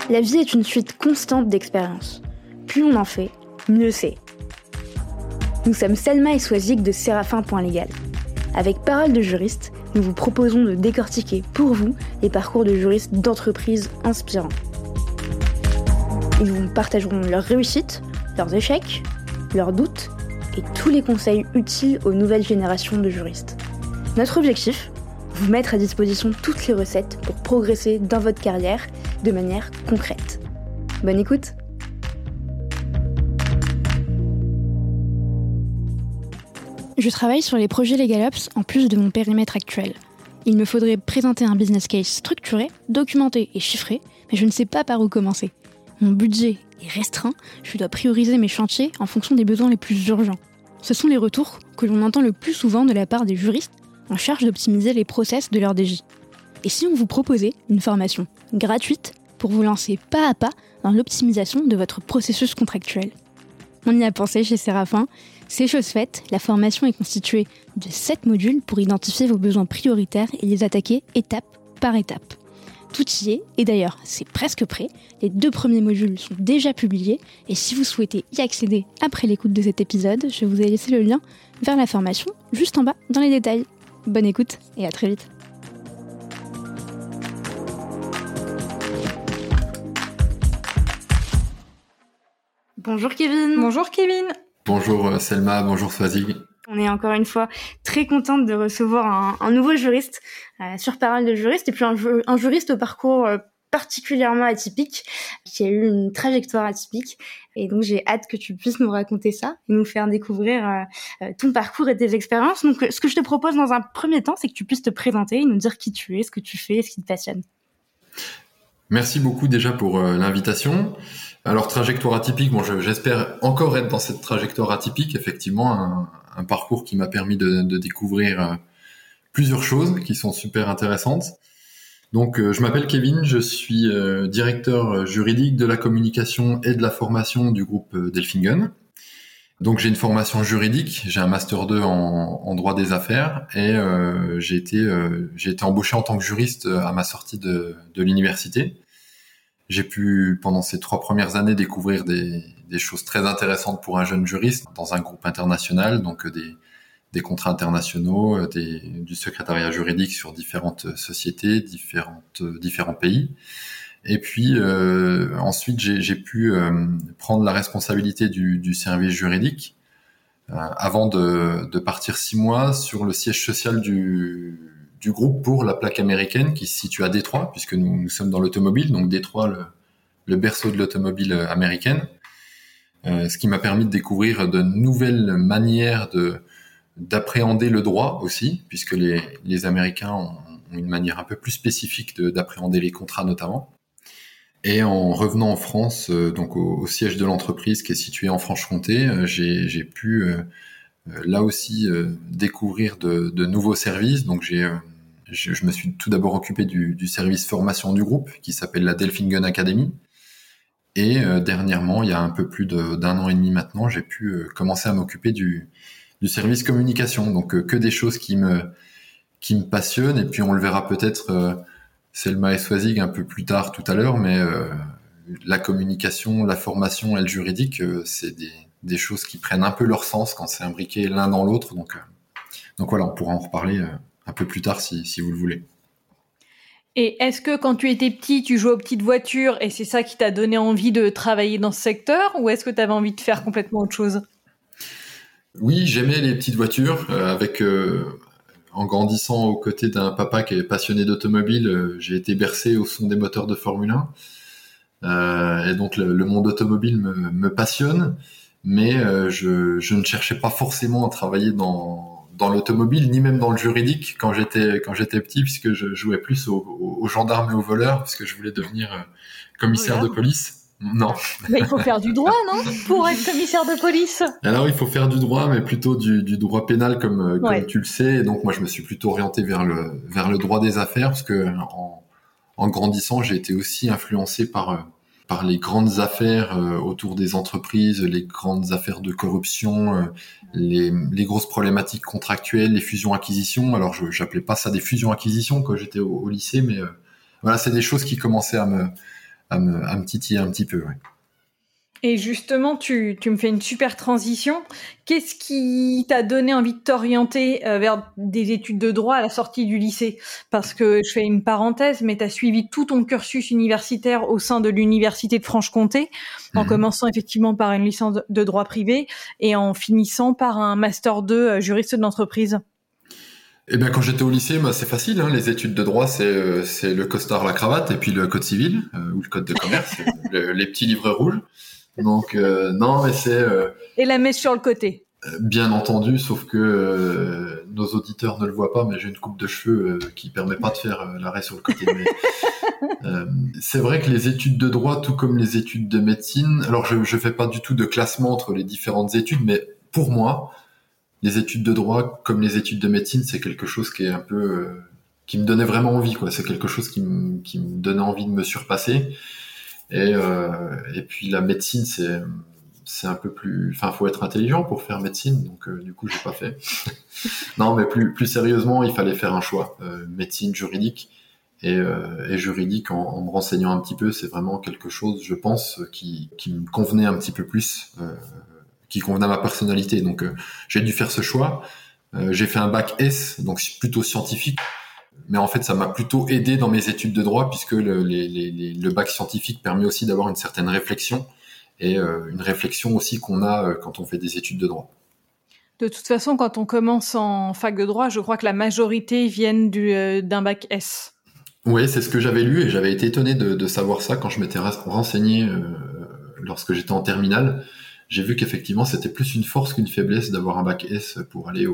La vie est une suite constante d'expériences. Plus on en fait, mieux c'est. Nous sommes Selma et Swazig de Séraphin.légal. Avec Parole de juriste, nous vous proposons de décortiquer pour vous les parcours de juristes d'entreprises inspirants. Ils vous partageront leurs réussites, leurs échecs, leurs doutes et tous les conseils utiles aux nouvelles générations de juristes. Notre objectif ? Vous mettre à disposition toutes les recettes pour progresser dans votre carrière de manière concrète. Bonne écoute! Je travaille sur les projets LegalOps en plus de mon périmètre actuel. Il me faudrait présenter un business case structuré, documenté et chiffré, mais je ne sais pas par où commencer. Mon budget est restreint, je dois prioriser mes chantiers en fonction des besoins les plus urgents. Ce sont les retours que l'on entend le plus souvent de la part des juristes en charge d'optimiser les process de leur DJ. Et si on vous proposait une formation gratuite pour vous lancer pas à pas dans l'optimisation de votre processus contractuel ? On y a pensé chez Séraphin. C'est chose faite, la formation est constituée de 7 modules pour identifier vos besoins prioritaires et les attaquer étape par étape. Tout y est, et d'ailleurs, c'est presque prêt. Les 2 premiers modules sont déjà publiés, et si vous souhaitez y accéder après l'écoute de cet épisode, je vous ai laissé le lien vers la formation juste en bas dans les détails. Bonne écoute, et à très vite. Bonjour Kevin. Bonjour Kevin. Bonjour Selma, bonjour Swazig. On est encore une fois très contente de recevoir un nouveau juriste sur Parole de juriste, et puis un juriste au parcours particulièrement atypique, qui a eu une trajectoire atypique. Et donc j'ai hâte que tu puisses nous raconter ça et nous faire découvrir ton parcours et tes expériences. Donc ce que je te propose dans un premier temps, c'est que tu puisses te présenter et nous dire qui tu es, ce que tu fais et ce qui te passionne. Merci beaucoup déjà pour l'invitation. Alors, trajectoire atypique, j'espère encore être dans cette trajectoire atypique, effectivement, un parcours qui m'a permis de découvrir plusieurs choses qui sont super intéressantes. Donc, je m'appelle Kevin, je suis directeur juridique de la communication et de la formation du groupe Delfingen. Donc, j'ai une formation juridique, j'ai un master 2 en droit des affaires et j'ai été embauché en tant que juriste à ma sortie de l'université. J'ai pu, pendant ces 3 premières années, découvrir des choses très intéressantes pour un jeune juriste dans un groupe international, donc des contrats internationaux, du secrétariat juridique sur différentes sociétés, différents pays. Et puis ensuite, j'ai pu prendre la responsabilité du service juridique avant de partir 6 mois sur le siège social du groupe pour la plaque américaine qui se situe à Détroit, puisque nous sommes dans l'automobile, donc Détroit, le berceau de l'automobile américaine, ce qui m'a permis de découvrir de nouvelles manières d'appréhender le droit aussi, puisque les Américains ont une manière un peu plus spécifique d'appréhender les contrats notamment. Et en revenant en France, donc au siège de l'entreprise qui est situé en Franche-Comté, j'ai pu là aussi découvrir de nouveaux services. Donc je me suis tout d'abord occupé du service formation du groupe qui s'appelle la Delfingen Academy. Et dernièrement, il y a un peu plus d'un an et demi maintenant, j'ai pu commencer à m'occuper du service communication. Donc que des choses qui me passionnent. Et puis on le verra peut-être Selma et Swazig un peu plus tard tout à l'heure, mais la communication, la formation et le juridique, c'est des choses qui prennent un peu leur sens quand c'est imbriqué l'un dans l'autre. Donc voilà, on pourra en reparler un peu plus tard si vous le voulez. Et est-ce que quand tu étais petit, tu jouais aux petites voitures et c'est ça qui t'a donné envie de travailler dans ce secteur, ou est-ce que tu avais envie de faire complètement autre chose ? Oui, j'aimais les petites voitures. En grandissant aux côtés d'un papa qui est passionné d'automobile, j'ai été bercé au son des moteurs de Formule 1. Et donc le monde automobile me passionne, mais je ne cherchais pas forcément à travailler dans l'automobile, ni même dans le juridique quand j'étais petit, puisque je jouais plus aux gendarmes et aux voleurs, parce que je voulais devenir commissaire de police. Non. Mais il faut faire du droit, non ? Pour être commissaire de police. Alors, il faut faire du droit, mais plutôt du droit pénal, comme tu le sais. Et donc, moi, je me suis plutôt orienté vers le droit des affaires, parce que en grandissant, j'ai été aussi influencé par les grandes affaires autour des entreprises, les grandes affaires de corruption, les grosses problématiques contractuelles, les fusions-acquisitions. Alors, j'appelais pas ça des fusions-acquisitions quand j'étais au lycée, mais voilà, c'est des choses qui commençaient à à me titiller un petit peu. Ouais. Et justement, tu me fais une super transition. Qu'est-ce qui t'a donné envie de t'orienter vers des études de droit à la sortie du lycée? Parce que je fais une parenthèse, mais tu as suivi tout ton cursus universitaire au sein de l'Université de Franche-Comté, en commençant effectivement par une licence de droit privé et en finissant par un master 2 juriste d'entreprise. Eh bien, quand j'étais au lycée, c'est facile. Hein, les études de droit, c'est le costard, la cravate, et puis le code civil ou le code de commerce, les petits livres rouges. Donc non, mais c'est et la mèche sur le côté. Bien entendu, sauf que nos auditeurs ne le voient pas, mais j'ai une coupe de cheveux qui permet pas de faire l'arrêt sur le côté. Mais, c'est vrai que les études de droit, tout comme les études de médecine, alors je fais pas du tout de classement entre les différentes études, mais pour moi, les études de droit, comme les études de médecine, c'est quelque chose qui est un peu qui me donnait vraiment envie, quoi. C'est quelque chose qui me donnait envie de me surpasser. Et puis la médecine, c'est un peu plus, enfin, faut être intelligent pour faire médecine, donc du coup, j'ai pas fait. Non, mais plus sérieusement, il fallait faire un choix, médecine, juridique, et juridique en me renseignant un petit peu, c'est vraiment quelque chose, je pense, qui me convenait un petit peu plus, qui convenait à ma personnalité. Donc, j'ai dû faire ce choix. J'ai fait un bac S, donc plutôt scientifique. Mais en fait, ça m'a plutôt aidé dans mes études de droit, puisque le bac scientifique permet aussi d'avoir une certaine réflexion, et une réflexion aussi qu'on a quand on fait des études de droit. De toute façon, quand on commence en fac de droit, je crois que la majorité viennent d'un bac S. Oui, c'est ce que j'avais lu, et j'avais été étonné de savoir ça quand je m'étais renseigné lorsque j'étais en terminale. J'ai vu qu'effectivement, c'était plus une force qu'une faiblesse d'avoir un bac S pour aller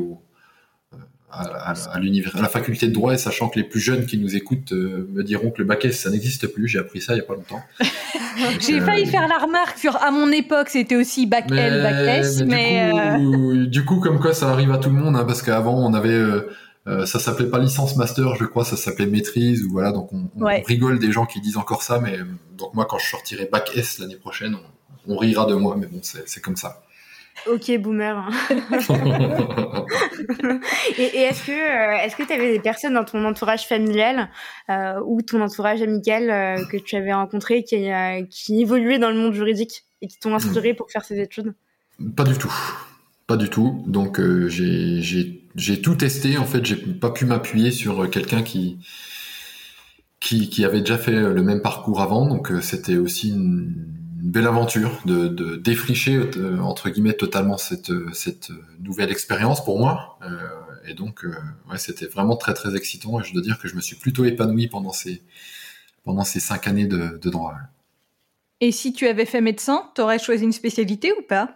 à la faculté de droit, et sachant que les plus jeunes qui nous écoutent me diront que le bac S, ça n'existe plus. J'ai appris ça il y a pas longtemps. J'ai failli faire la remarque sur à mon époque, c'était aussi bac L, bac S, du coup, comme quoi ça arrive à tout le monde, hein, parce qu'avant on avait ça s'appelait pas licence master, je crois, ça s'appelait maîtrise, ou voilà, donc on rigole des gens qui disent encore ça, mais donc moi quand je sortirai bac S l'année prochaine, on rira de moi, mais bon, c'est comme ça. Ok, boomer. Et est-ce que tu avais des personnes dans ton entourage familial ou ton entourage amical que tu avais rencontré qui évoluaient dans le monde juridique et qui t'ont inspiré pour faire ces études? Pas du tout. Donc j'ai tout testé. En fait, j'ai pas pu m'appuyer sur quelqu'un qui avait déjà fait le même parcours avant. Donc c'était aussi une belle aventure de défricher entre guillemets totalement cette nouvelle expérience pour moi. Et donc c'était vraiment très très excitant, et je dois dire que je me suis plutôt épanoui pendant ces 5 années de droit. Et si tu avais fait médecin, t'aurais choisi une spécialité ou pas?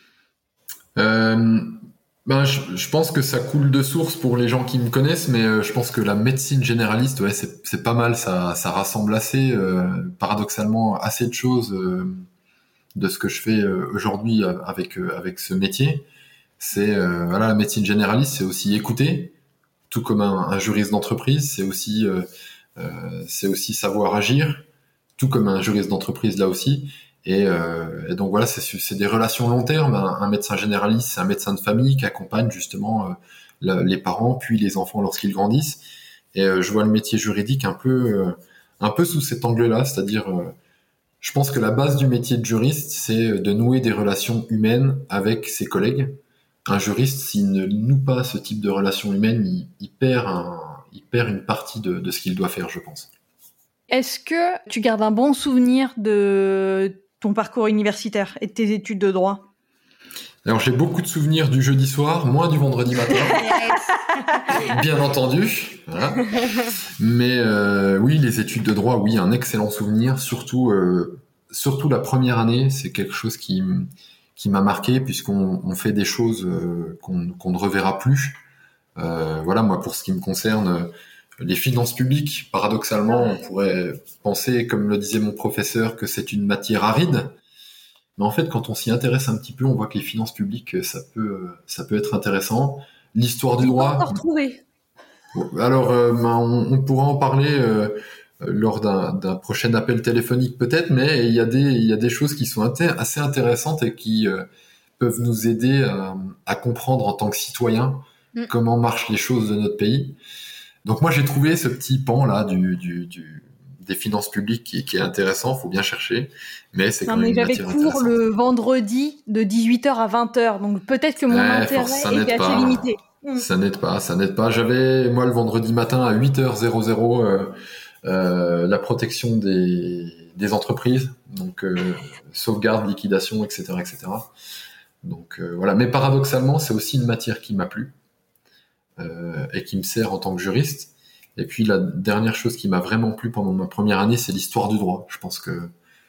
Je pense que ça coule de source pour les gens qui me connaissent, mais je pense que la médecine généraliste, c'est pas mal. Ça rassemble assez, paradoxalement, assez de choses de ce que je fais aujourd'hui avec ce métier. C'est la médecine généraliste, c'est aussi écouter, tout comme un juriste d'entreprise. C'est aussi savoir agir, tout comme un juriste d'entreprise là aussi. Et donc voilà, c'est des relations long terme. Un médecin généraliste, c'est un médecin de famille qui accompagne justement les parents puis les enfants lorsqu'ils grandissent. Et je vois le métier juridique un peu sous cet angle-là, c'est-à-dire je pense que la base du métier de juriste, c'est de nouer des relations humaines avec ses collègues. Un juriste, s'il ne noue pas ce type de relations humaines, il perd une partie de ce qu'il doit faire, je pense. Est-ce que tu gardes un bon souvenir de ton parcours universitaire et de tes études de droit? Alors j'ai beaucoup de souvenirs du jeudi soir, moins du vendredi matin, bien entendu. Voilà. Mais oui, les études de droit, oui, un excellent souvenir. Surtout la première année, c'est quelque chose qui m'a marqué, puisqu'on fait des choses qu'on ne reverra plus. Voilà, moi pour ce qui me concerne, les finances publiques, paradoxalement, on pourrait penser, comme le disait mon professeur, que c'est une matière aride. Mais en fait, quand on s'y intéresse un petit peu, on voit que les finances publiques, ça peut être intéressant. L'histoire du droit. Encore trouvé. Alors, on pourra en parler lors d'un prochain appel téléphonique peut-être, mais il y a des choses qui sont assez intéressantes et qui peuvent nous aider à comprendre en tant que citoyens comment marchent les choses de notre pays. Donc moi, j'ai trouvé ce petit pan là des finances publiques qui est intéressant, faut bien chercher, mais c'est quand même une j'avais matière cours intéressante. le vendredi de 18h à 20h, donc peut-être que mon intérêt ça était n'aide assez pas. limité. Ça n'aide pas. J'avais, moi, le vendredi matin à 8h00, la protection des entreprises, donc sauvegarde, liquidation, etc., etc. Donc voilà. Mais paradoxalement, c'est aussi une matière qui m'a plu et qui me sert en tant que juriste. Et puis la dernière chose qui m'a vraiment plu pendant ma première année, c'est l'histoire du droit. Je pense que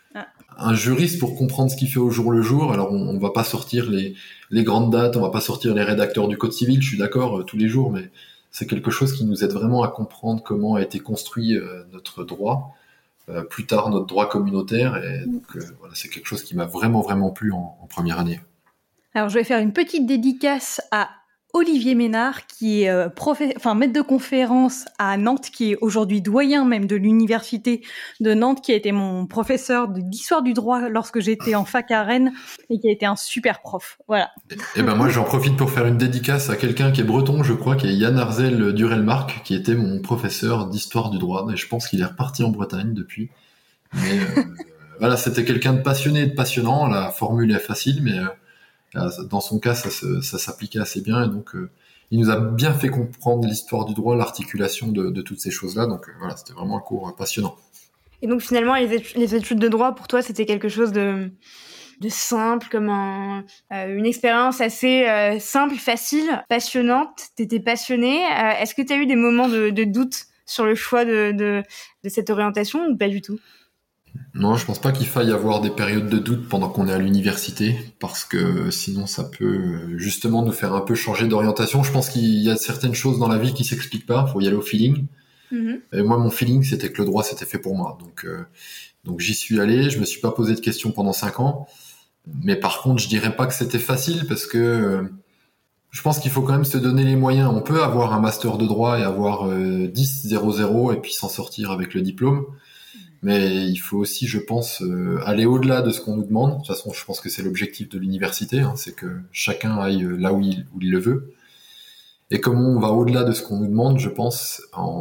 un juriste, pour comprendre ce qu'il fait au jour le jour, alors on va pas sortir les grandes dates, on va pas sortir les rédacteurs du code civil, je suis d'accord, tous les jours, mais c'est quelque chose qui nous aide vraiment à comprendre comment a été construit notre droit, plus tard notre droit communautaire, et donc voilà, c'est quelque chose qui m'a vraiment plu en première année. Alors, je vais faire une petite dédicace à Olivier Ménard, qui est maître de conférence à Nantes, qui est aujourd'hui doyen même de l'université de Nantes, qui a été mon professeur d'histoire du droit lorsque j'étais en fac à Rennes et qui a été un super prof. Voilà. Et ben moi, j'en profite pour faire une dédicace à quelqu'un qui est breton, je crois, qui est Yann Arzel Durelmark, qui était mon professeur d'histoire du droit. Et je pense qu'il est reparti en Bretagne depuis. Mais voilà, c'était quelqu'un de passionné et de passionnant. La formule est facile, mais dans son cas, ça s'appliquait assez bien, et donc il nous a bien fait comprendre l'histoire du droit, l'articulation de toutes ces choses-là. Donc voilà, c'était vraiment un cours passionnant. Et donc finalement, les études de droit, pour toi, c'était quelque chose de simple, comme une expérience assez simple, facile, passionnante. T'étais passionnée. Est-ce que t'as eu des moments de doute sur le choix de cette orientation ou pas du tout ? Non, je pense pas qu'il faille avoir des périodes de doute pendant qu'on est à l'université, parce que sinon ça peut justement nous faire un peu changer d'orientation. Je pense qu'il y a certaines choses dans la vie qui s'expliquent pas, faut y aller au feeling. Et moi, mon feeling, c'était que le droit, c'était fait pour moi. Donc j'y suis allé, je me suis pas posé de questions pendant 5 ans. Mais par contre, je dirais pas que c'était facile, parce que je pense qu'il faut quand même se donner les moyens. On peut avoir un master de droit et avoir 10-0-0 et puis s'en sortir avec le diplôme. Mais il faut aussi, je pense, aller au-delà de ce qu'on nous demande. De toute façon, je pense que c'est l'objectif de l'université, c'est que chacun aille là où il le veut. Et comme on va au-delà de ce qu'on nous demande, je pense,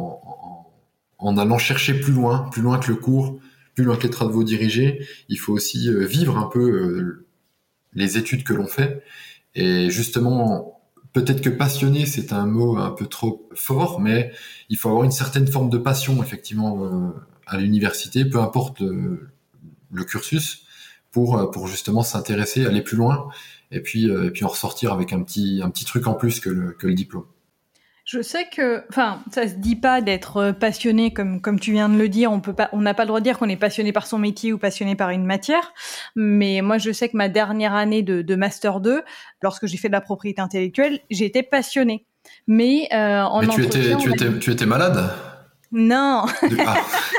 en allant chercher plus loin que le cours, plus loin que les travaux dirigés, il faut aussi vivre un peu les études que l'on fait. Et justement, peut-être que passionné, c'est un mot un peu trop fort, mais il faut avoir une certaine forme de passion, effectivement, à l'université, peu importe le cursus, pour justement s'intéresser, aller plus loin, et puis en ressortir avec un petit truc en plus que le diplôme. Je sais que, ça se dit pas d'être passionné comme tu viens de le dire. On n'a pas le droit de dire qu'on est passionné par son métier ou passionné par une matière. Mais moi, je sais que ma dernière année de master 2, lorsque j'ai fait de la propriété intellectuelle, j'ai été passionnée. Mais tu étais malade ? Non. Ah.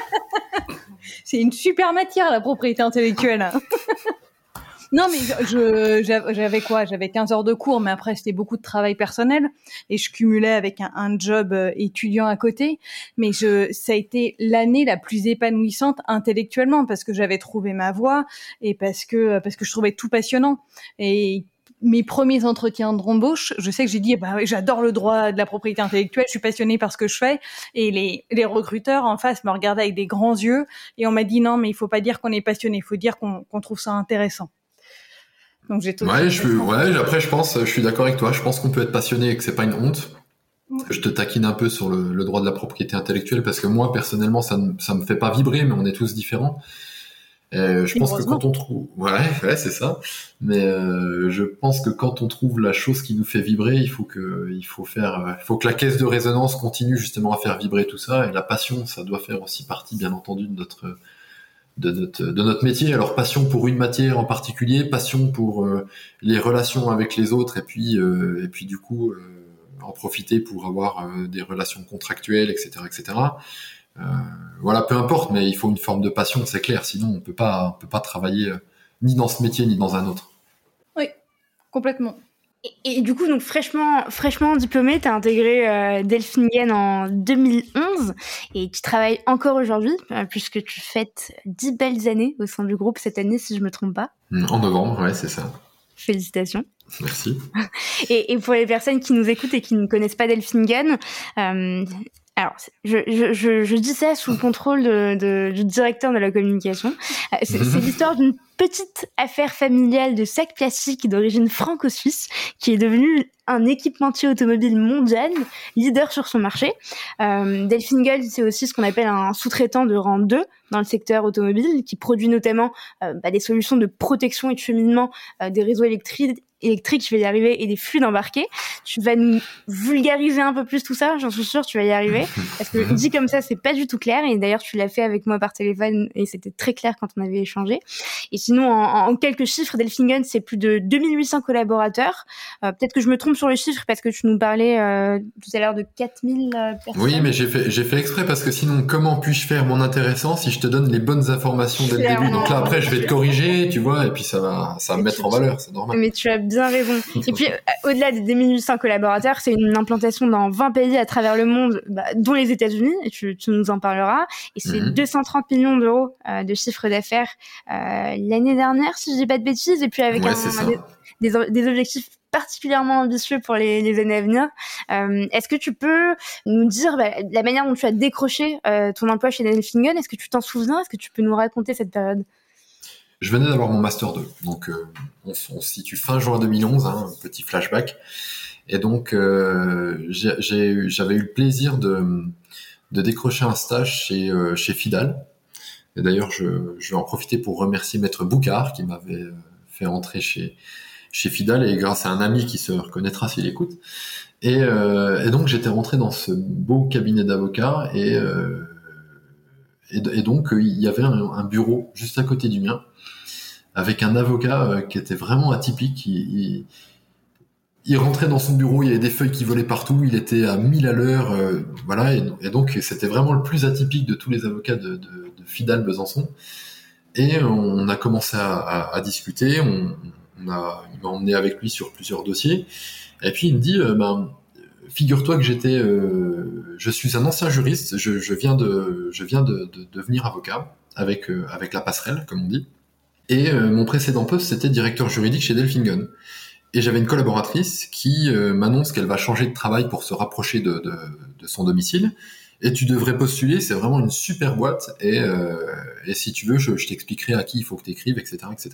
C'est une super matière, la propriété intellectuelle. Non, mais j'avais 15 heures de cours, mais après, c'était beaucoup de travail personnel et je cumulais avec un job étudiant à côté. Mais ça a été l'année la plus épanouissante intellectuellement parce que j'avais trouvé ma voie et parce que je trouvais tout passionnant. Et mes premiers entretiens d'embauche, je sais que j'ai dit, j'adore le droit de la propriété intellectuelle, je suis passionnée par ce que je fais. Et les recruteurs en face me regardaient avec des grands yeux et on m'a dit, non, mais il faut pas dire qu'on est passionné, il faut dire qu'on trouve ça intéressant. Donc j'ai tout. Après, je suis d'accord avec toi. Je pense qu'on peut être passionné et que c'est pas une honte. Je te taquine un peu sur le droit de la propriété intellectuelle parce que moi, personnellement, ça me fait pas vibrer, mais on est tous différents. Je pense que quand on trouve, c'est ça. Mais je pense que quand on trouve la chose qui nous fait vibrer, il faut que la caisse de résonance continue justement à faire vibrer tout ça. Et la passion, ça doit faire aussi partie, bien entendu, de notre métier. Alors passion pour une matière en particulier, passion pour les relations avec les autres, et puis du coup en profiter pour avoir des relations contractuelles, etc., etc. Voilà, peu importe, mais il faut une forme de passion, c'est clair. Sinon, on peut pas travailler ni dans ce métier ni dans un autre. Oui, complètement. Et du coup, donc fraîchement diplômé, tu as intégré Delphingen en 2011 et tu travailles encore aujourd'hui puisque tu fêtes 10 belles années au sein du groupe cette année, si je me trompe pas. En novembre, ouais, c'est ça. Félicitations. Merci. Et pour les personnes qui nous écoutent et qui ne connaissent pas Delphingen, Alors, je dis ça sous le contrôle du directeur de la communication. C'est l'histoire d'une petite affaire familiale de sacs plastiques d'origine franco-suisse qui est devenue un équipementier automobile mondial, leader sur son marché. Delfingol, c'est aussi ce qu'on appelle un sous-traitant de rang 2 dans le secteur automobile, qui produit notamment des solutions de protection et de cheminement des réseaux électriques, je vais y arriver, et des flux d'embarqués. Tu vas nous vulgariser un peu plus tout ça, j'en suis sûre, tu vas y arriver. Parce que dit comme ça, c'est pas du tout clair. Et d'ailleurs, tu l'as fait avec moi par téléphone et c'était très clair quand on avait échangé. Et sinon, en quelques chiffres, Delfingen, c'est plus de 2800 collaborateurs. Peut-être que je me trompe sur les chiffres parce que tu nous parlais tout à l'heure de 4000 personnes. Oui, mais j'ai fait exprès parce que sinon, comment puis-je faire mon intéressant si je te donne les bonnes informations dès le début? Donc là, après, je vais te corriger, tu vois, et puis ça va me mettre en valeur, c'est normal. Mais tu as bien raison. Et puis, au-delà des 2800 collaborateurs, c'est une implantation dans 20 pays à travers le monde, dont les États-Unis, et tu nous en parleras. Et c'est 230 millions d'euros de chiffre d'affaires l'année dernière, si je dis pas de bêtises, et puis avec des objectifs particulièrement ambitieux pour les années à venir. Est-ce que tu peux nous dire la manière dont tu as décroché ton emploi chez Delfingen? Est-ce que tu t'en souviens? Est-ce que tu peux nous raconter cette période? Je venais d'avoir mon Master 2, donc on se situe fin juin 2011, un petit flashback. Et donc j'avais eu le plaisir de décrocher un stage chez Fidal. Et d'ailleurs, je vais en profiter pour remercier Maître Boucard qui m'avait fait entrer chez Fidal, et grâce à un ami qui se reconnaîtra s'il écoute. Et donc j'étais rentré dans ce beau cabinet d'avocats et donc il y avait un bureau juste à côté du mien avec un avocat qui était vraiment atypique. Il rentrait dans son bureau, il y avait des feuilles qui volaient partout, il était à 1000 à l'heure, voilà, et donc c'était vraiment le plus atypique de tous les avocats de Fidal Besançon. Et on a commencé à discuter, il m'a emmené avec lui sur plusieurs dossiers, et puis il me dit, figure-toi que je suis un ancien juriste, je viens de devenir avocat avec la passerelle, comme on dit. Et mon précédent poste, c'était directeur juridique chez Delfingen. Et j'avais une collaboratrice qui m'annonce qu'elle va changer de travail pour se rapprocher de son domicile. Et tu devrais postuler, c'est vraiment une super boîte. Et si tu veux, je t'expliquerai à qui il faut que tu écrives, etc., etc.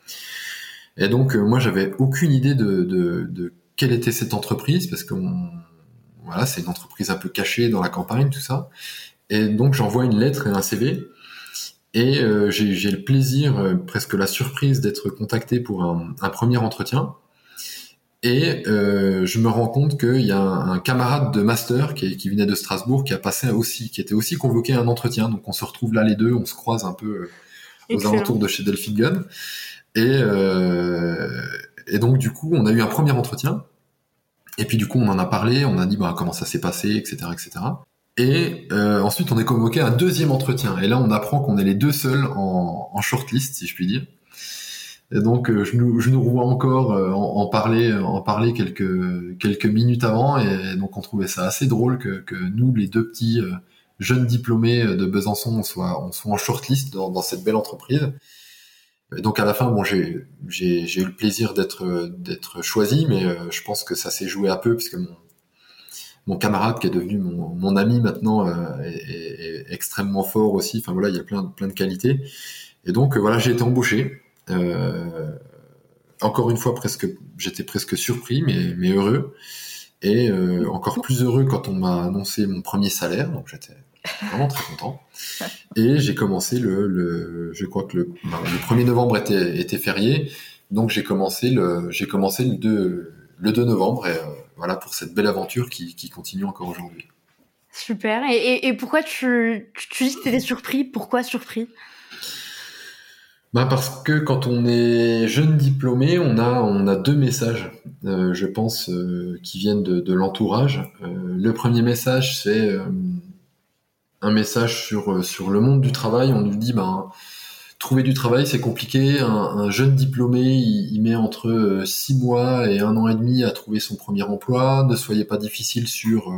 Et donc, moi, j'avais aucune idée de quelle était cette entreprise, parce que voilà, c'est une entreprise un peu cachée dans la campagne, tout ça. Et donc, j'envoie une lettre et un CV. Et j'ai le plaisir, presque la surprise, d'être contacté pour un premier entretien. Et je me rends compte qu'il y a un camarade de master qui venait de Strasbourg, qui était aussi convoqué à un entretien. Donc on se retrouve là les deux, on se croise un peu aux alentours de chez Delfingen. Et donc du coup, on a eu un premier entretien. Et puis du coup, on en a parlé, on a dit comment ça s'est passé, etc., etc. Et ensuite, on est convoqué à un deuxième entretien. Et là, on apprend qu'on est les deux seuls en shortlist, si je puis dire. Et donc, je nous revois encore en parler quelques minutes avant. Et donc, on trouvait ça assez drôle que nous, les deux petits jeunes diplômés de Besançon, on soit en shortlist dans cette belle entreprise. Et donc, à la fin, j'ai eu le plaisir d'être choisi, mais je pense que ça s'est joué à peu, puisque mon camarade qui est devenu mon ami maintenant est extrêmement fort aussi. Enfin voilà, il y a plein de qualités. Et donc voilà, j'ai été embauché. Encore une fois, j'étais presque surpris, mais heureux. Et encore plus heureux quand on m'a annoncé mon premier salaire. Donc j'étais vraiment très content. Et j'ai commencé je crois que le 1er novembre était férié. Donc j'ai commencé le 2 novembre. Et voilà pour cette belle aventure qui continue encore aujourd'hui. Super. Et pourquoi tu dis que tu étais surpris? Pourquoi surpris? Parce que quand on est jeune diplômé, on a deux messages, je pense, qui viennent de l'entourage. Le premier message, c'est un message sur le monde du travail. On nous dit, trouver du travail, c'est compliqué. Un jeune diplômé, il met entre 6 mois et 1 an et demi à trouver son premier emploi. Ne soyez pas difficile sur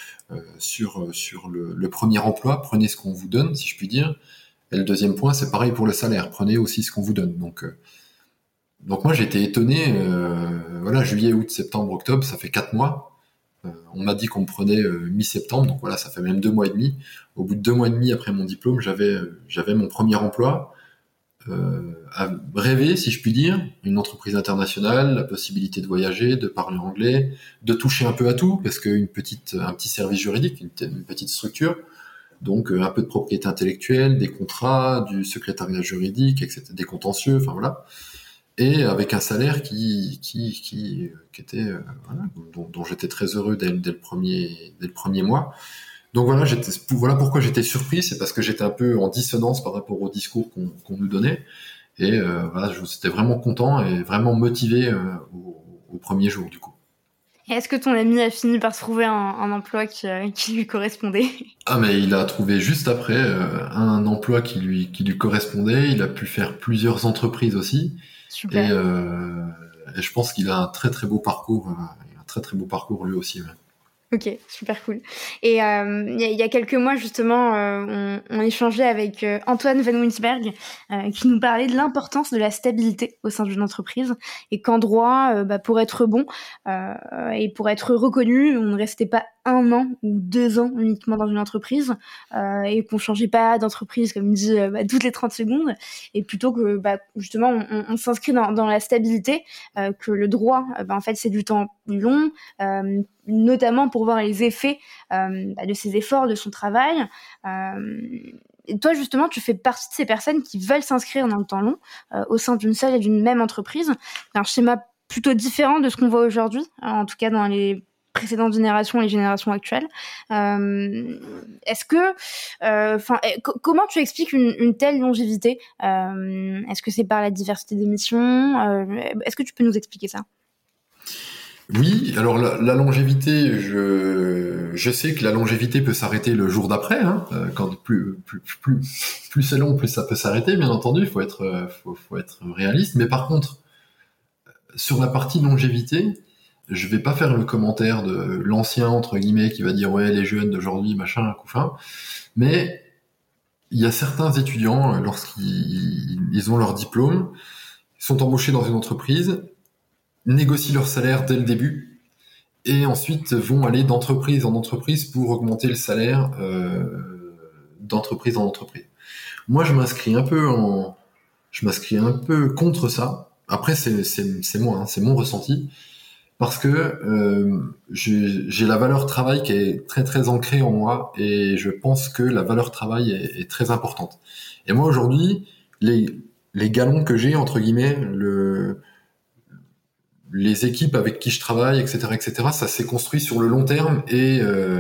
le premier emploi. Prenez ce qu'on vous donne, si je puis dire. Et le deuxième point, c'est pareil pour le salaire. Prenez aussi ce qu'on vous donne. Donc moi, j'ai été étonné. Juillet, août, septembre, octobre, ça fait 4 mois. On m'a dit qu'on me prenait mi-septembre, donc voilà, ça fait même 2 mois et demi. Au bout de 2 mois et demi après mon diplôme, j'avais mon premier emploi. À rêver, si je puis dire, une entreprise internationale, la possibilité de voyager, de parler anglais, de toucher un peu à tout, parce qu'un petit service juridique, une petite structure, donc un peu de propriété intellectuelle, des contrats, du secrétariat juridique, etc., des contentieux, enfin voilà, et avec un salaire qui était voilà, dont j'étais très heureux dès le premier mois. Donc voilà pourquoi j'étais surpris, c'est parce que j'étais un peu en dissonance par rapport au discours qu'on nous donnait, et voilà, j'étais vraiment content et vraiment motivé au premier jour du coup. Est-ce que ton ami a fini par trouver un emploi qui lui correspondait? Ah mais il a trouvé juste après un emploi qui lui correspondait, il a pu faire plusieurs entreprises aussi. Super. Et je pense qu'il a un très très beau parcours, lui aussi. Ouais. Ok, super cool. Et il y a quelques mois, justement, on échangeait avec Antoine Van Winsberg, qui nous parlait de l'importance de la stabilité au sein d'une entreprise, et qu'en droit, pour être bon et pour être reconnu, on ne restait pas 1 an ou 2 ans uniquement dans une entreprise, et qu'on changeait pas d'entreprise, comme il dit, toutes les 30 secondes, et plutôt que justement on s'inscrit dans la stabilité, que le droit, en fait, c'est du temps long, notamment pour voir les effets de ses efforts, de son travail. Et toi, justement, tu fais partie de ces personnes qui veulent s'inscrire dans le temps long au sein d'une seule et d'une même entreprise. C'est un schéma plutôt différent de ce qu'on voit aujourd'hui, en tout cas dans les précédentes générations et les générations actuelles. Est-ce que, comment tu expliques une telle longévité? Est-ce que c'est par la diversité des missions? Est-ce que tu peux nous expliquer ça? Oui, alors la longévité, je sais que la longévité peut s'arrêter le jour d'après, hein, quand plus c'est long, plus ça peut s'arrêter, bien entendu, il faut être réaliste. Mais par contre, sur la partie longévité, je vais pas faire le commentaire de l'ancien entre guillemets qui va dire ouais les jeunes d'aujourd'hui machin couffin, mais il y a certains étudiants lorsqu'ils ont leur diplôme, sont embauchés dans une entreprise, négocient leur salaire dès le début et ensuite vont aller d'entreprise en entreprise pour augmenter le salaire d'entreprise en entreprise. Moi, je m'inscris un peu contre ça. Après, c'est moi, hein, c'est mon ressenti, parce que j'ai la valeur travail qui est très très ancrée en moi et je pense que la valeur travail est très importante. Et moi aujourd'hui, les galons que j'ai entre guillemets, les équipes avec qui je travaille, etc., ça s'est construit sur le long terme et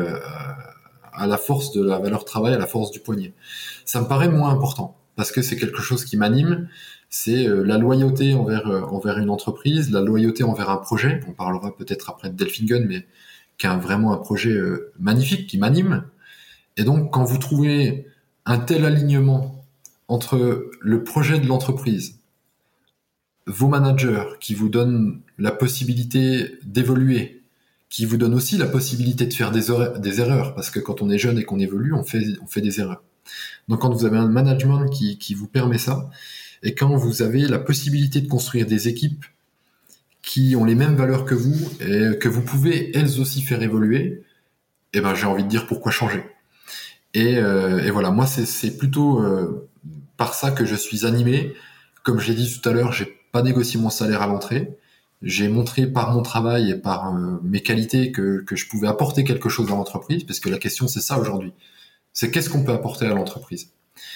à la force de la valeur travail, à la force du poignet. Ça me paraît moins important parce que c'est quelque chose qui m'anime. C'est la loyauté envers une entreprise, la loyauté envers un projet. On parlera peut-être après de Delphine Gun, mais qui a vraiment un projet magnifique qui m'anime. Et donc, quand vous trouvez un tel alignement entre le projet de l'entreprise, vos managers qui vous donnent la possibilité d'évoluer, qui vous donnent aussi la possibilité de faire des erreurs, parce que quand on est jeune et qu'on évolue, on fait des erreurs. Donc quand vous avez un management qui vous permet ça, et quand vous avez la possibilité de construire des équipes qui ont les mêmes valeurs que vous, et que vous pouvez elles aussi faire évoluer, eh ben j'ai envie de dire pourquoi changer. Et voilà, moi c'est plutôt par ça que je suis animé. Comme je l'ai dit tout à l'heure, j'ai pas négocié mon salaire à l'entrée. J'ai montré par mon travail et par mes qualités que je pouvais apporter quelque chose à l'entreprise, parce que la question c'est ça aujourd'hui. C'est qu'est-ce qu'on peut apporter à l'entreprise.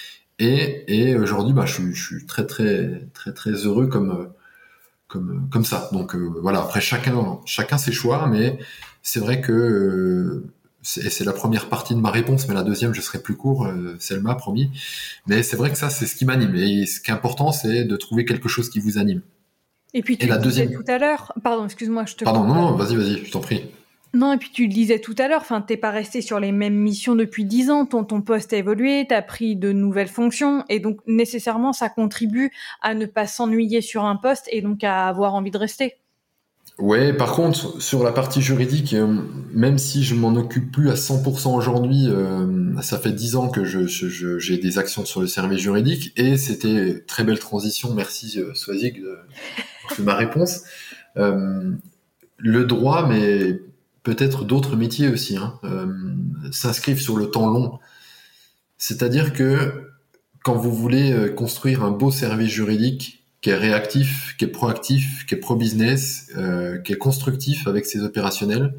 Et aujourd'hui, je suis très très très très heureux comme ça. Donc voilà. Après chacun ses choix, mais c'est vrai que c'est la première partie de ma réponse, mais la deuxième je serai plus court. Selma, promis. Mais c'est vrai que ça c'est ce qui m'anime. Et ce qui est important, c'est de trouver quelque chose qui vous anime. Et puis tu le disais tout à l'heure. Pardon, excuse-moi, je te. Pardon, non, vas-y, je t'en prie. Non, et puis tu le disais tout à l'heure, t'es pas resté sur les mêmes missions depuis 10 ans, ton poste a évolué, t'as pris de nouvelles fonctions, et donc nécessairement ça contribue à ne pas s'ennuyer sur un poste et donc à avoir envie de rester. Ouais, par contre, sur la partie juridique, même si je m'en occupe plus à 100% aujourd'hui, ça fait 10 ans que j'ai des actions sur le service juridique, et c'était très belle transition, merci Swazig de ma réponse. Le droit, mais peut-être d'autres métiers aussi, s'inscrivent sur le temps long. C'est-à-dire que quand vous voulez construire un beau service juridique qui est réactif, qui est proactif, qui est pro-business, qui est constructif avec ses opérationnels,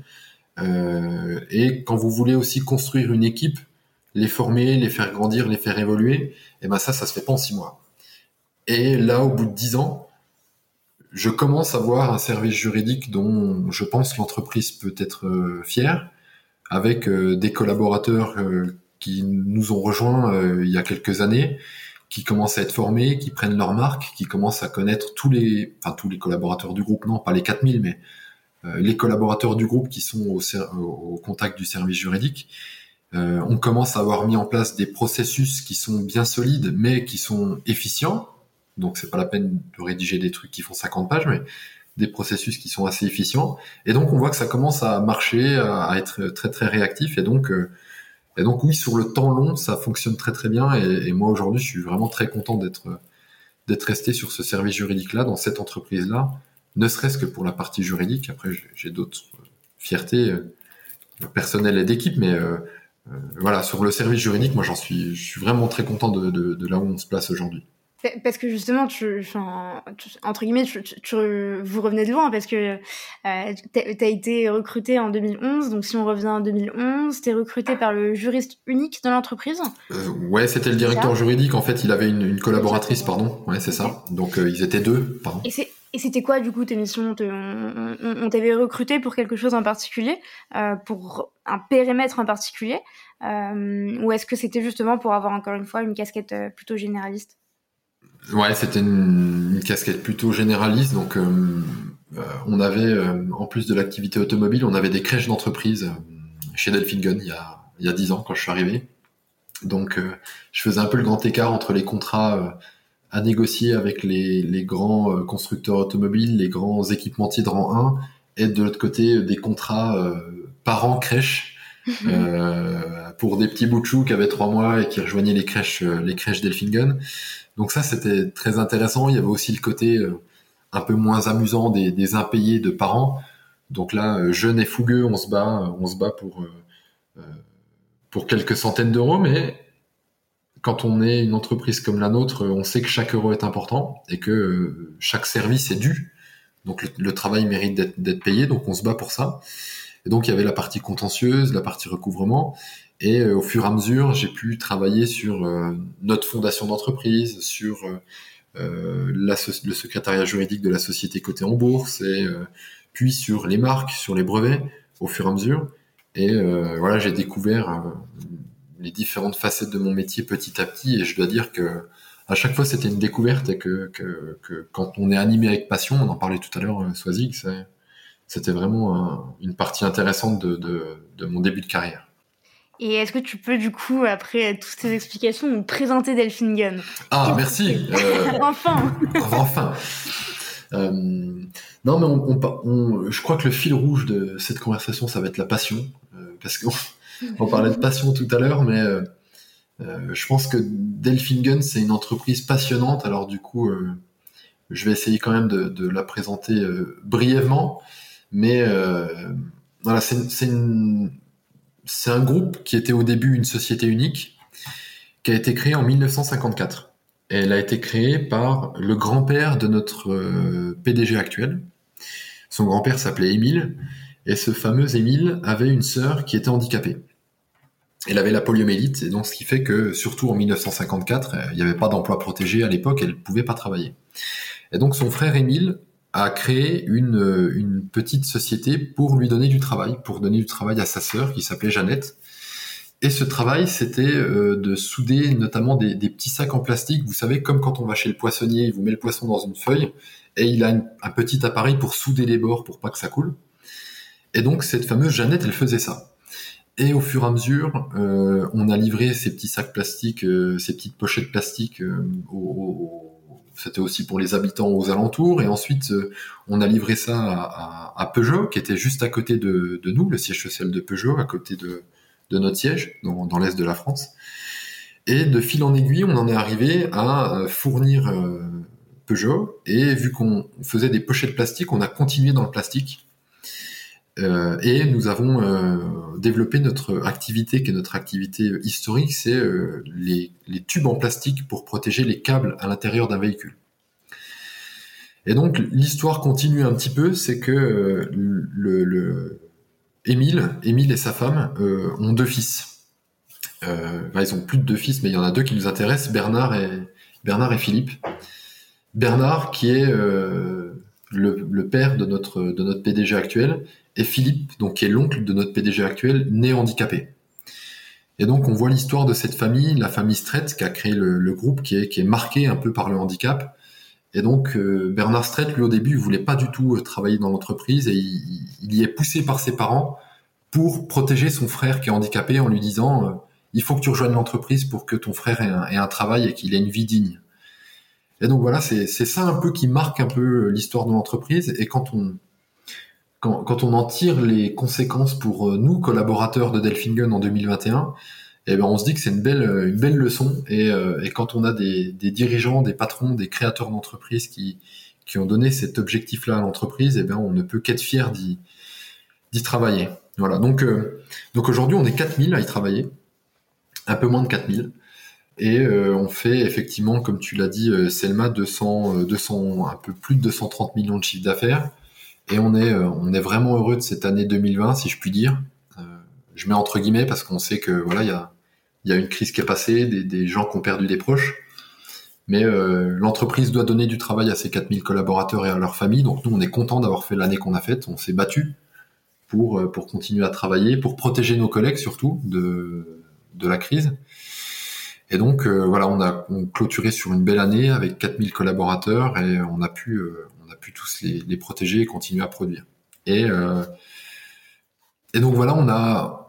et quand vous voulez aussi construire une équipe, les former, les faire grandir, les faire évoluer, et ben ça se fait pas en 6 mois. Et là, au bout de 10 ans, je commence à voir un service juridique dont je pense l'entreprise peut être fière, avec des collaborateurs qui nous ont rejoints il y a quelques années, qui commencent à être formés, qui prennent leur marque, qui commencent à connaître tous les collaborateurs du groupe, non, pas les 4000, mais les collaborateurs du groupe qui sont au contact du service juridique. On commence à avoir mis en place des processus qui sont bien solides, mais qui sont efficients. Donc, c'est pas la peine de rédiger des trucs qui font 50 pages, mais des processus qui sont assez efficients. Et donc, on voit que ça commence à marcher, à être très, très réactif. Et donc, oui, sur le temps long, ça fonctionne très, très bien. Et moi, aujourd'hui, je suis vraiment très content d'être resté sur ce service juridique-là, dans cette entreprise-là, ne serait-ce que pour la partie juridique. Après, j'ai d'autres fiertés personnelles et d'équipe, mais voilà, sur le service juridique, moi, je suis vraiment très content de là où on se place aujourd'hui. Parce que justement, entre guillemets, vous revenez de loin, parce que t'as été recruté en 2011. Donc si on revient en 2011, t'es recruté par le juriste unique de l'entreprise. Ouais, c'était le directeur juridique. En fait, il avait une collaboratrice, pardon. Ouais, c'est ça. Donc ils étaient 2, pardon. Et c'était quoi du coup tes missions? On t'avait recruté pour quelque chose en particulier, pour un périmètre en particulier, ou est-ce que c'était justement pour avoir encore une fois une casquette plutôt généraliste? Ouais, c'était une casquette plutôt généraliste. Donc, on avait, en plus de l'activité automobile, on avait des crèches d'entreprise chez Delphine Gun il y a 10 ans quand je suis arrivé. Donc, je faisais un peu le grand écart entre les contrats à négocier avec les grands constructeurs automobiles, les grands équipementiers de rang 1, et de l'autre côté, des contrats parents crèches pour des petits bouts de chou qui avaient 3 mois et qui rejoignaient les crèches Delphine Gun. Donc ça, c'était très intéressant. Il y avait aussi le côté un peu moins amusant des impayés de parents. Donc là, jeunes et fougueux, on se bat pour quelques centaines d'euros, mais quand on est une entreprise comme la nôtre, on sait que chaque euro est important et que chaque service est dû. Donc le travail mérite d'être payé, donc on se bat pour ça. Et donc il y avait la partie contentieuse, la partie recouvrement. Et au fur et à mesure, j'ai pu travailler sur notre fondation d'entreprise, sur le secrétariat juridique de la société cotée en bourse, et puis sur les marques, sur les brevets, au fur et à mesure. Et voilà, j'ai découvert les différentes facettes de mon métier petit à petit. Et je dois dire que à chaque fois, c'était une découverte, et que quand on est animé avec passion, on en parlait tout à l'heure, Swazig, c'était vraiment une partie intéressante de mon début de carrière. Et est-ce que tu peux, du coup, après toutes ces explications, nous présenter Delphine Gun? Ah, merci. Enfin. Non, mais je crois que le fil rouge de cette conversation, ça va être la passion, parce qu'on parlait de passion tout à l'heure, mais je pense que Delphine Gun, c'est une entreprise passionnante. Alors du coup, je vais essayer quand même de la présenter brièvement, mais voilà, c'est un groupe qui était au début une société unique, qui a été créée en 1954. Et elle a été créée par le grand-père de notre PDG actuel. Son grand-père s'appelait Émile, et ce fameux Émile avait une sœur qui était handicapée. Elle avait la poliomyélite, et donc ce qui fait que, surtout en 1954, il n'y avait pas d'emploi protégé à l'époque, elle ne pouvait pas travailler. Et donc son frère Émile a créé une petite société pour lui donner du travail, pour donner du travail à sa sœur qui s'appelait Jeannette. Et ce travail, c'était de souder notamment des petits sacs en plastique. Vous savez, comme quand on va chez le poissonnier, il vous met le poisson dans une feuille et il a un petit appareil pour souder les bords pour pas que ça coule. Et donc cette fameuse Jeannette, elle faisait ça. Et au fur et à mesure, on a livré ces petits sacs plastiques, ces petites pochettes plastiques c'était aussi pour les habitants aux alentours, et ensuite on a livré ça à Peugeot, qui était juste à côté de nous, le siège social de Peugeot, à côté de notre siège, dans l'est de la France. Et de fil en aiguille, on en est arrivé à fournir Peugeot, et vu qu'on faisait des pochettes plastiques, on a continué dans le plastique. Et nous avons développé notre activité, qui est notre activité historique, c'est les tubes en plastique pour protéger les câbles à l'intérieur d'un véhicule. Et donc l'histoire continue un petit peu, c'est que Émile et sa femme ont 2 fils. Ils ont plus de 2 fils, mais il y en a 2 qui nous intéressent, Bernard et Philippe. Bernard qui est le père de notre PDG actuel, et Philippe, donc qui est l'oncle de notre PDG actuel, né handicapé. Et donc on voit l'histoire de cette famille, la famille Strait, qui a créé le groupe, qui est marqué un peu par le handicap. Et donc Bernard Strait, lui au début, il voulait pas du tout travailler dans l'entreprise, et il y est poussé par ses parents pour protéger son frère qui est handicapé en lui disant il faut que tu rejoignes l'entreprise pour que ton frère ait un travail et qu'il ait une vie digne. Et donc voilà, c'est ça un peu qui marque un peu l'histoire de l'entreprise. Et quand on en tire les conséquences pour nous, collaborateurs de Delfingen en 2021, eh ben on se dit que c'est une belle leçon. Et quand on a des dirigeants, des patrons, des créateurs d'entreprises qui ont donné cet objectif-là à l'entreprise, eh ben on ne peut qu'être fier d'y travailler. Voilà. Donc aujourd'hui, on est 4000 à y travailler, un peu moins de 4000. Et on fait effectivement, comme tu l'as dit, Selma, 200, un peu plus de 230 millions de chiffre d'affaires. Et on est vraiment heureux de cette année 2020, si je puis dire. Je mets entre guillemets parce qu'on sait que voilà, il y a une crise qui est passée, des gens qui ont perdu des proches. Mais l'entreprise doit donner du travail à ses 4000 collaborateurs et à leurs familles. Donc nous, on est content d'avoir fait l'année qu'on a faite. On s'est battu pour continuer à travailler, pour protéger nos collègues surtout de la crise. Et donc voilà, on clôturé sur une belle année avec 4000 collaborateurs et on a pu tous les protéger et continuer à produire. Et donc voilà,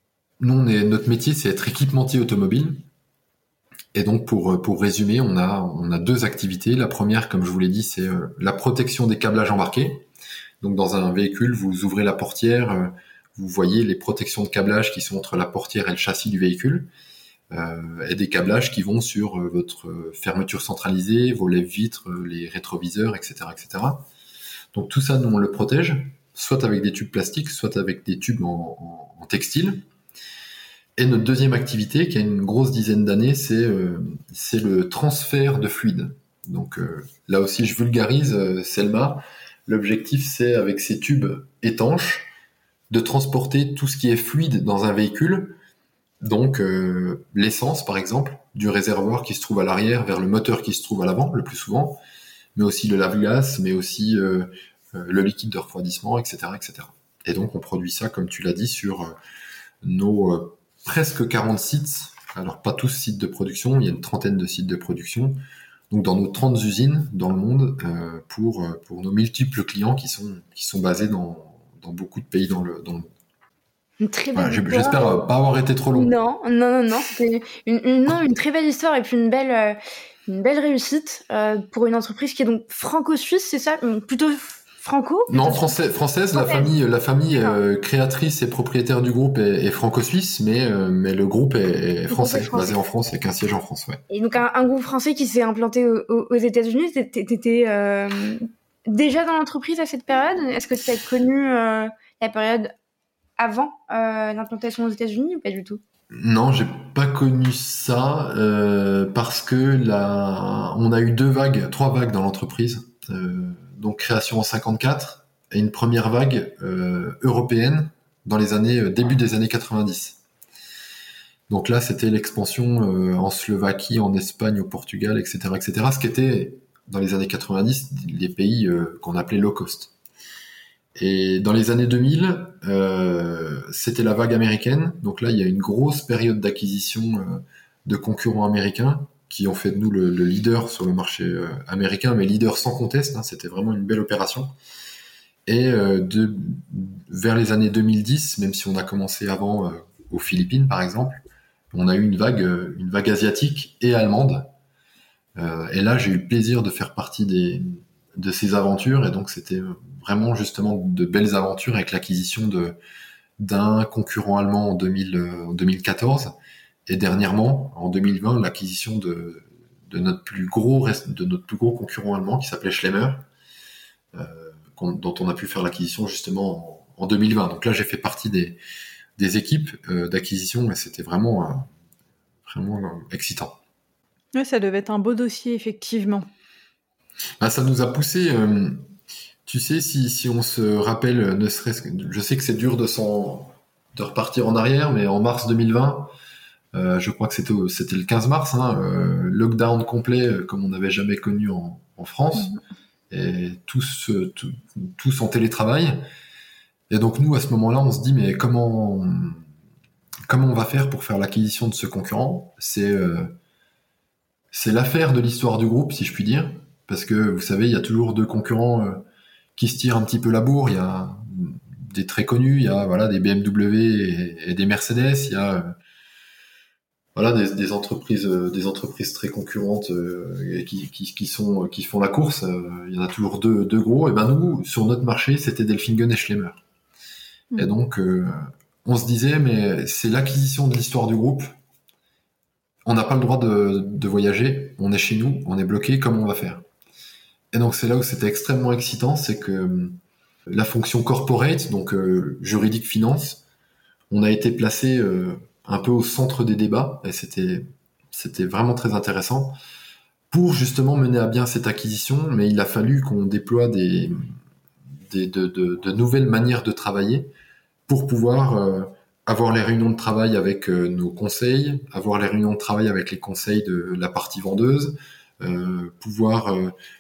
notre métier, c'est être équipementier automobile. Et donc pour résumer, on a 2 activités. La première, comme je vous l'ai dit, c'est la protection des câblages embarqués. Donc dans un véhicule, vous ouvrez la portière, vous voyez les protections de câblage qui sont entre la portière et le châssis du véhicule. Et des câblages qui vont sur votre fermeture centralisée, vos lève-vitres, les rétroviseurs, etc., etc. Donc tout ça, nous, on le protège, soit avec des tubes plastiques, soit avec des tubes en textile. Et notre deuxième activité, qui a une grosse dizaine d'années, c'est le transfert de fluide. Donc là aussi, je vulgarise, Selma. L'objectif, c'est, avec ces tubes étanches, de transporter tout ce qui est fluide dans un véhicule. Donc l'essence, par exemple, du réservoir qui se trouve à l'arrière vers le moteur qui se trouve à l'avant, le plus souvent, mais aussi le lave-glace, mais aussi le liquide de refroidissement, etc., etc. Et donc on produit ça, comme tu l'as dit, sur nos presque 40 sites, alors pas tous sites de production, il y a une trentaine de sites de production, donc dans nos 30 usines dans le monde, pour nos multiples clients qui sont basés dans beaucoup de pays dans le monde. Une très belle histoire. J'espère pas avoir été trop long. Non, c'était une très belle histoire et puis une belle réussite pour une entreprise qui est donc franco-suisse, c'est ça? Plutôt franco? Non, française. La famille créatrice et propriétaire du groupe est franco-suisse, mais le groupe est français, basé en France avec un siège en France. Ouais. Et donc un groupe français qui s'est implanté aux États-Unis. T'étais déjà dans l'entreprise à cette période? Est-ce que tu as connu la période avant l'implantation aux États-Unis ou pas du tout? Non, j'ai pas connu ça parce que on a eu 3 vagues dans l'entreprise. Donc création en 54 et une première vague européenne dans début des années 90. Donc là, c'était l'expansion en Slovaquie, en Espagne, au Portugal, etc., etc. Ce qui était dans les années 90 les pays qu'on appelait low cost. Et dans les années 2000, c'était la vague américaine. Donc là, il y a une grosse période d'acquisition de concurrents américains qui ont fait de nous le leader sur le marché américain, mais leader sans conteste. Hein, c'était vraiment une belle opération. Et vers les années 2010, même si on a commencé avant aux Philippines, par exemple, on a eu une vague asiatique et allemande. Et là, j'ai eu le plaisir de faire partie de ces aventures. Et donc, c'était vraiment justement de belles aventures avec l'acquisition d'un concurrent allemand en 2014 et dernièrement en 2020 l'acquisition de notre plus gros concurrent allemand qui s'appelait Schlemmer, dont on a pu faire l'acquisition justement en 2020. Donc là, j'ai fait partie des équipes d'acquisition et c'était vraiment excitant. Ouais, ça devait être un beau dossier, effectivement. Ça nous a poussé, tu sais, si on se rappelle, ne serait-ce que, je sais que c'est dur de repartir en arrière, mais en mars 2020, je crois que c'était le 15 mars, lockdown complet comme on n'avait jamais connu en France, et tous en télétravail. Et donc nous, à ce moment-là, on se dit, mais comment on va faire pour faire l'acquisition de ce concurrent ? C'est l'affaire de l'histoire du groupe, si je puis dire, parce que vous savez, il y a toujours deux concurrents qui se tirent un petit peu la bourre. Il y a des très connus, il y a des BMW et des Mercedes, il y a des entreprises très concurrentes qui font la course. Il y en a toujours deux gros. Et ben nous, sur notre marché, c'était Delfingen et Schlemmer. Et donc on se disait, mais c'est l'acquisition de l'histoire du groupe. On n'a pas le droit de voyager. On est chez nous, on est bloqué. Comment on va faire ? Et donc c'est là où c'était extrêmement excitant, c'est que la fonction corporate, donc juridique finance, on a été placé un peu au centre des débats, et c'était vraiment très intéressant pour justement mener à bien cette acquisition. Mais il a fallu qu'on déploie de nouvelles manières de travailler pour pouvoir avoir les réunions de travail avec nos conseils, avoir les réunions de travail avec les conseils de la partie vendeuse, pouvoir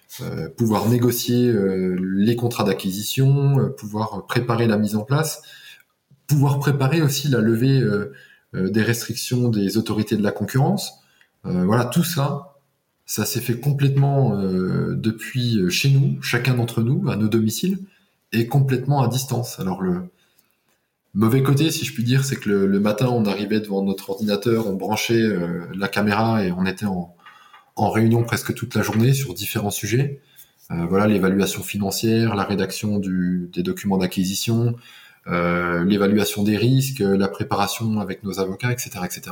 négocier les contrats d'acquisition, pouvoir préparer la mise en place, pouvoir préparer aussi la levée des restrictions des autorités de la concurrence. Tout ça s'est fait complètement depuis chez nous, chacun d'entre nous, à nos domiciles, et complètement à distance. Alors le mauvais côté, si je puis dire, c'est que le matin, on arrivait devant notre ordinateur, on branchait la caméra et on était en réunion presque toute la journée sur différents sujets. L'évaluation financière, la rédaction des documents d'acquisition, l'évaluation des risques, la préparation avec nos avocats, etc., etc.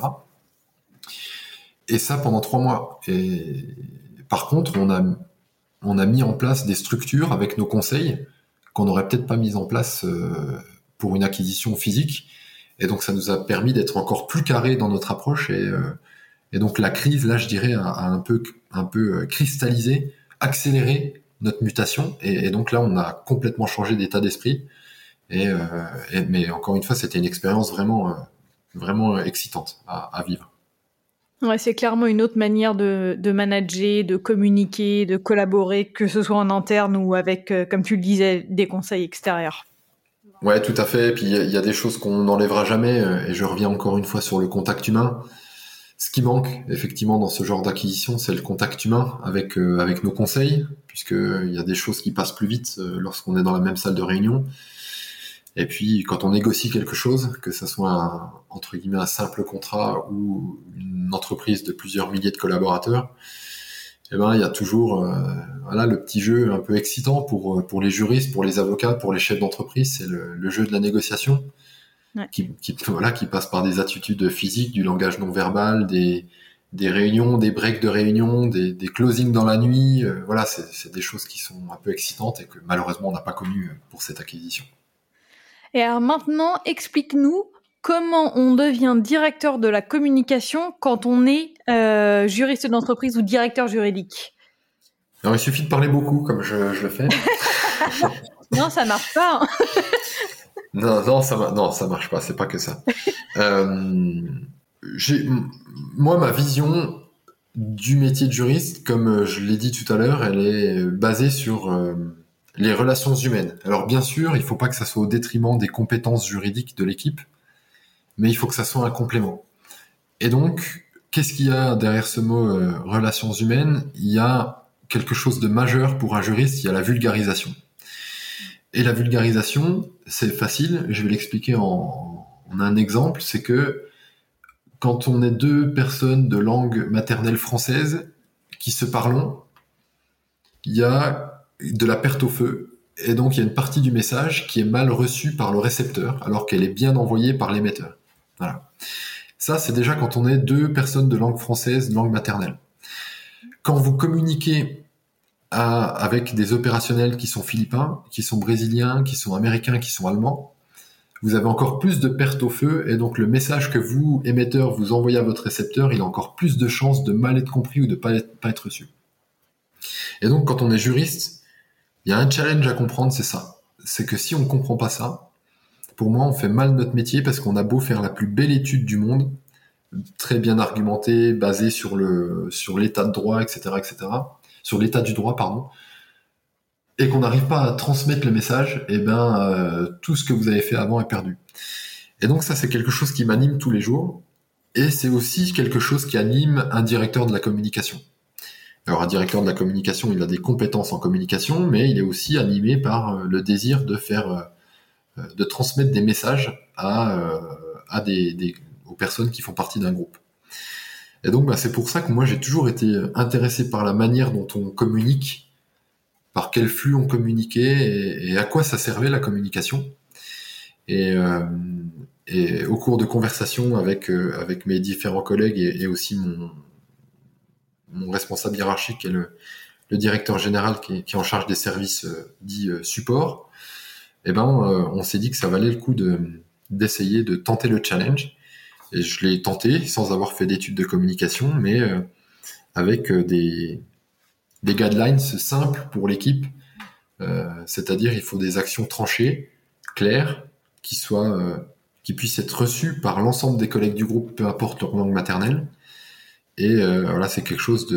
Et ça pendant 3 mois. Et par contre, on a mis en place des structures avec nos conseils qu'on n'aurait peut-être pas mises en place pour une acquisition physique. Et donc, ça nous a permis d'être encore plus carré dans notre approche. Et donc, la crise, là, je dirais, a un peu cristallisé, accéléré notre mutation. Et donc là, on a complètement changé d'état d'esprit. Mais encore une fois, c'était une expérience vraiment excitante à vivre. Ouais, c'est clairement une autre manière de manager, de communiquer, de collaborer, que ce soit en interne ou avec, comme tu le disais, des conseils extérieurs. Ouais, tout à fait. Et puis il y a des choses qu'on n'enlèvera jamais. Et je reviens encore une fois sur le contact humain. Ce qui manque effectivement dans ce genre d'acquisition, c'est le contact humain avec nos conseils, puisqu'il y a des choses qui passent plus vite lorsqu'on est dans la même salle de réunion. Et puis quand on négocie quelque chose, que ça soit entre guillemets un simple contrat ou une entreprise de plusieurs milliers de collaborateurs, il y a toujours le petit jeu un peu excitant pour les juristes, pour les avocats, pour les chefs d'entreprise, c'est le jeu de la négociation. Ouais. Qui passe par des attitudes physiques, du langage non verbal, des réunions, des breaks de réunion, des closings dans la nuit. C'est des choses qui sont un peu excitantes et que malheureusement on n'a pas connues pour cette acquisition. Et alors maintenant, explique-nous comment on devient directeur de la communication quand on est juriste d'entreprise ou directeur juridique. Alors il suffit de parler beaucoup comme je le fais. Non, ça marche pas. Hein. Non, ça marche pas, c'est pas que ça. Moi, ma vision du métier de juriste, comme je l'ai dit tout à l'heure, elle est basée sur les relations humaines. Alors bien sûr, il faut pas que ça soit au détriment des compétences juridiques de l'équipe, mais il faut que ça soit un complément. Et donc, qu'est-ce qu'il y a derrière ce mot relations humaines ? Il y a quelque chose de majeur pour un juriste, il y a la vulgarisation. Et la vulgarisation, c'est facile, je vais l'expliquer en un exemple, c'est que quand on est 2 personnes de langue maternelle française qui se parlent, il y a de la perte au feu, et donc il y a une partie du message qui est mal reçue par le récepteur, alors qu'elle est bien envoyée par l'émetteur. Voilà. Ça, c'est déjà quand on est 2 personnes de langue française, de langue maternelle. Quand vous communiquez avec des opérationnels qui sont philippins, qui sont brésiliens, qui sont américains, qui sont allemands, vous avez encore plus de pertes au feu, et donc le message que vous, émetteur, vous envoyez à votre récepteur, il a encore plus de chances de mal être compris ou de pas être reçu. Et donc, quand on est juriste, il y a un challenge à comprendre, c'est ça. C'est que si on comprend pas ça, pour moi, on fait mal notre métier, parce qu'on a beau faire la plus belle étude du monde, très bien argumentée, basée sur l'état de droit, etc., sur l'état du droit, pardon, et qu'on n'arrive pas à transmettre le message, tout ce que vous avez fait avant est perdu. Et donc ça, c'est quelque chose qui m'anime tous les jours, et c'est aussi quelque chose qui anime un directeur de la communication. Alors un directeur de la communication, il a des compétences en communication, mais il est aussi animé par le désir de transmettre des messages aux personnes qui font partie d'un groupe. Et donc c'est pour ça que moi j'ai toujours été intéressé par la manière dont on communique, par quel flux on communiquait et à quoi ça servait la communication. Et au cours de conversations avec mes différents collègues et aussi mon responsable hiérarchique qui est le directeur général qui est en charge des services dits support, on s'est dit que ça valait le coup d'essayer de tenter le challenge. Et je l'ai tenté sans avoir fait d'études de communication, mais avec des guidelines simples pour l'équipe. C'est-à-dire, il faut des actions tranchées, claires, qui puissent être reçues par l'ensemble des collègues du groupe, peu importe leur langue maternelle. Et voilà, c'est quelque chose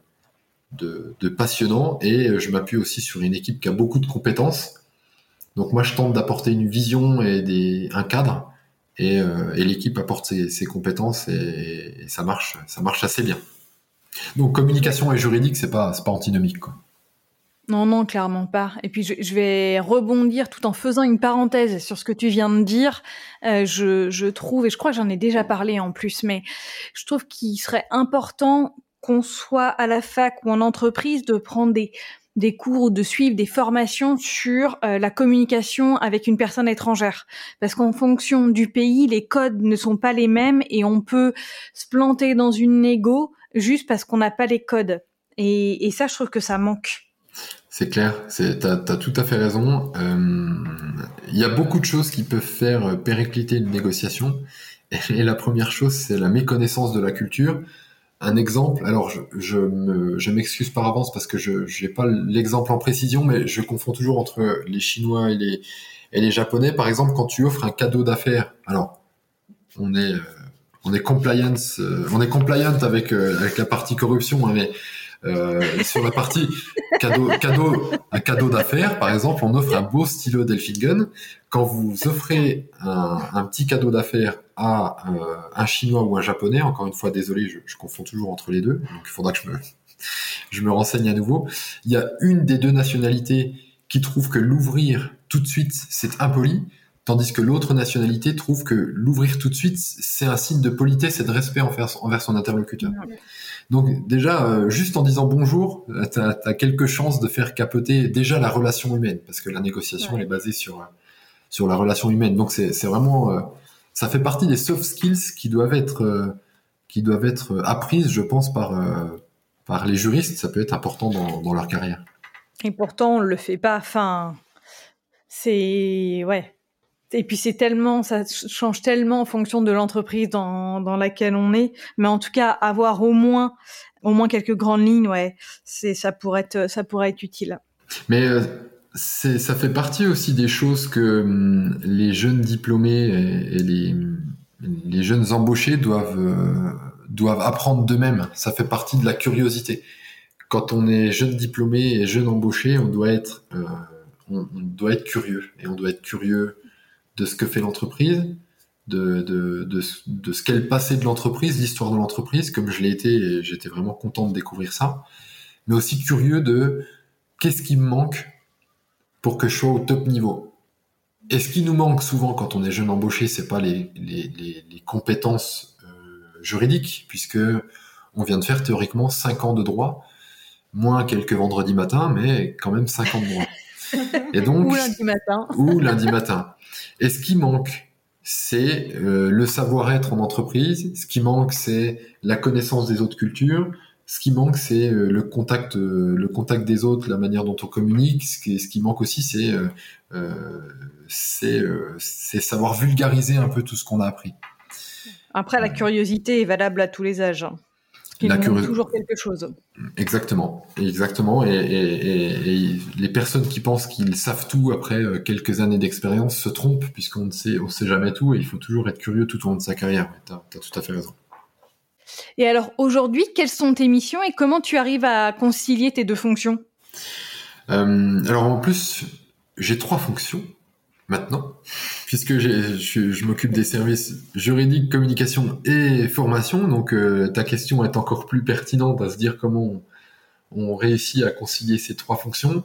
de passionnant. Et je m'appuie aussi sur une équipe qui a beaucoup de compétences. Donc moi, je tente d'apporter une vision et un cadre. Et l'équipe apporte ses compétences et ça marche assez bien. Donc communication et juridique, c'est pas antinomique, quoi. Non, clairement pas. Et puis je vais rebondir tout en faisant une parenthèse sur ce que tu viens de dire. Je trouve, et je crois que j'en ai déjà parlé en plus, mais je trouve qu'il serait important qu'on soit à la fac ou en entreprise de prendre des cours ou de suivre des formations sur la communication avec une personne étrangère. Parce qu'en fonction du pays, les codes ne sont pas les mêmes et on peut se planter dans une négo juste parce qu'on n'a pas les codes. Et ça, je trouve que ça manque. C'est clair, t'as tout à fait raison. Il y a beaucoup de choses qui peuvent faire péricliter une négociation. Et la première chose, c'est la méconnaissance de la culture. Un exemple, alors je m'excuse par avance parce que je n'ai pas l'exemple en précision, mais je confonds toujours entre les Chinois et les Japonais. Par exemple, quand tu offres un cadeau d'affaires, alors on est compliant avec la partie corruption, hein, mais sur la partie un cadeau d'affaires, par exemple, on offre un beau stylo d'Elfingen. Quand vous offrez un petit cadeau d'affaires à un Chinois ou un Japonais, encore une fois, désolé, je confonds toujours entre les deux, donc il faudra que je me renseigne à nouveau. Il y a une des deux nationalités qui trouve que l'ouvrir tout de suite, c'est impoli, tandis que l'autre nationalité trouve que l'ouvrir tout de suite, c'est un signe de politesse et de respect envers son interlocuteur. Donc déjà, juste en disant bonjour, t'as quelques chances de faire capoter déjà la relation humaine, parce que la négociation elle est basée sur la relation humaine. Donc c'est vraiment, ça fait partie des soft skills qui doivent être apprises, je pense, par les juristes. Ça peut être important dans leur carrière. Et pourtant, on le fait pas. Enfin, c'est Et puis ça change tellement en fonction de l'entreprise dans laquelle on est. Mais en tout cas, avoir au moins quelques grandes lignes, ça pourrait être utile. Mais ça fait partie aussi des choses que les jeunes diplômés et les jeunes embauchés doivent apprendre d'eux-mêmes. Ça fait partie de la curiosité. Quand on est jeune diplômé et jeune embauché, on doit être curieux, et on doit être curieux de ce que fait l'entreprise, de ce qu'est le passé de l'entreprise, l'histoire de l'entreprise, comme je l'ai été, et j'étais vraiment content de découvrir ça, mais aussi curieux de qu'est-ce qui me manque pour que je sois au top niveau. Et ce qui nous manque souvent quand on est jeune embauché, c'est pas les compétences juridiques, puisque on vient de faire théoriquement 5 ans de droit, moins quelques vendredis matins, mais quand même 5 ans de droit. Et donc, ou lundi matin. Et ce qui manque, c'est le savoir-être en entreprise. Ce qui manque, c'est la connaissance des autres cultures. Ce qui manque, c'est le contact des autres, la manière dont on communique. Ce qui manque aussi, c'est savoir vulgariser un peu tout ce qu'on a appris. Après, la curiosité est valable à tous les âges. Il manque toujours quelque chose. Exactement. Et les personnes qui pensent qu'ils savent tout après quelques années d'expérience se trompent, puisqu'on ne sait jamais tout, et il faut toujours être curieux tout au long de sa carrière. T'as tout à fait raison. Et alors, aujourd'hui, quelles sont tes missions et comment tu arrives à concilier tes deux fonctions ? Alors, en plus, j'ai 3 fonctions maintenant, puisque je m'occupe des services juridiques, communication et formation. Donc, ta question est encore plus pertinente à se dire comment on réussit à concilier ces 3 fonctions.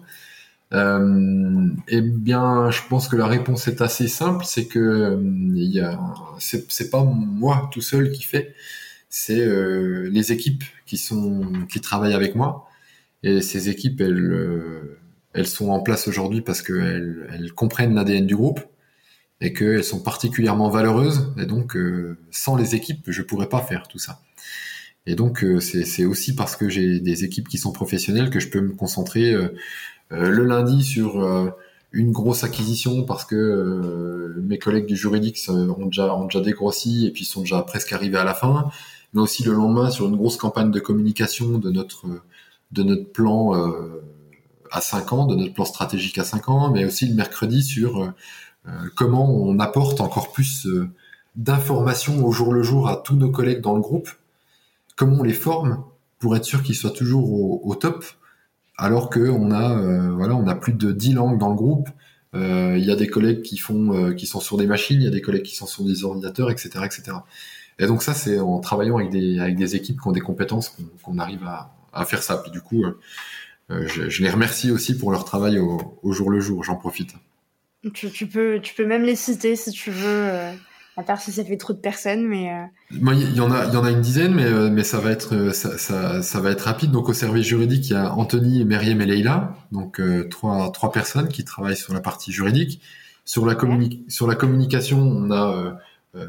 Eh bien, je pense que la réponse est assez simple, c'est que c'est pas moi tout seul qui fait, c'est les équipes qui travaillent avec moi. Et ces équipes, elles sont en place aujourd'hui parce qu'elles comprennent l'ADN du groupe et qu'elles sont particulièrement valeureuses. Et donc, sans les équipes, je pourrais pas faire tout ça. Et donc, c'est aussi parce que j'ai des équipes qui sont professionnelles que je peux me concentrer le lundi sur une grosse acquisition parce que mes collègues du juridique ont déjà dégrossi et puis sont déjà presque arrivés à la fin. Mais aussi le lendemain sur une grosse campagne de communication de notre plan à 5 ans, de notre plan stratégique à 5 ans, mais aussi le mercredi sur comment on apporte encore plus d'informations au jour le jour à tous nos collègues dans le groupe, comment on les forme pour être sûr qu'ils soient toujours au top, alors que on a plus de 10 langues dans le groupe. Il y a des collègues qui sont sur des machines, il y a des collègues qui sont sur des ordinateurs, etc., etc. Et donc ça, c'est en travaillant avec des équipes qui ont des compétences qu'on arrive à faire ça. Puis du coup, je les remercie aussi pour leur travail au jour le jour. J'en profite. Tu peux même les citer si tu veux, à part si ça fait trop de personnes, mais. Moi, il y en a une dizaine, mais ça va être rapide. Donc au service juridique, il y a Anthony, Meriem et Leïla, donc trois personnes qui travaillent sur la partie juridique. Sur la communication, on a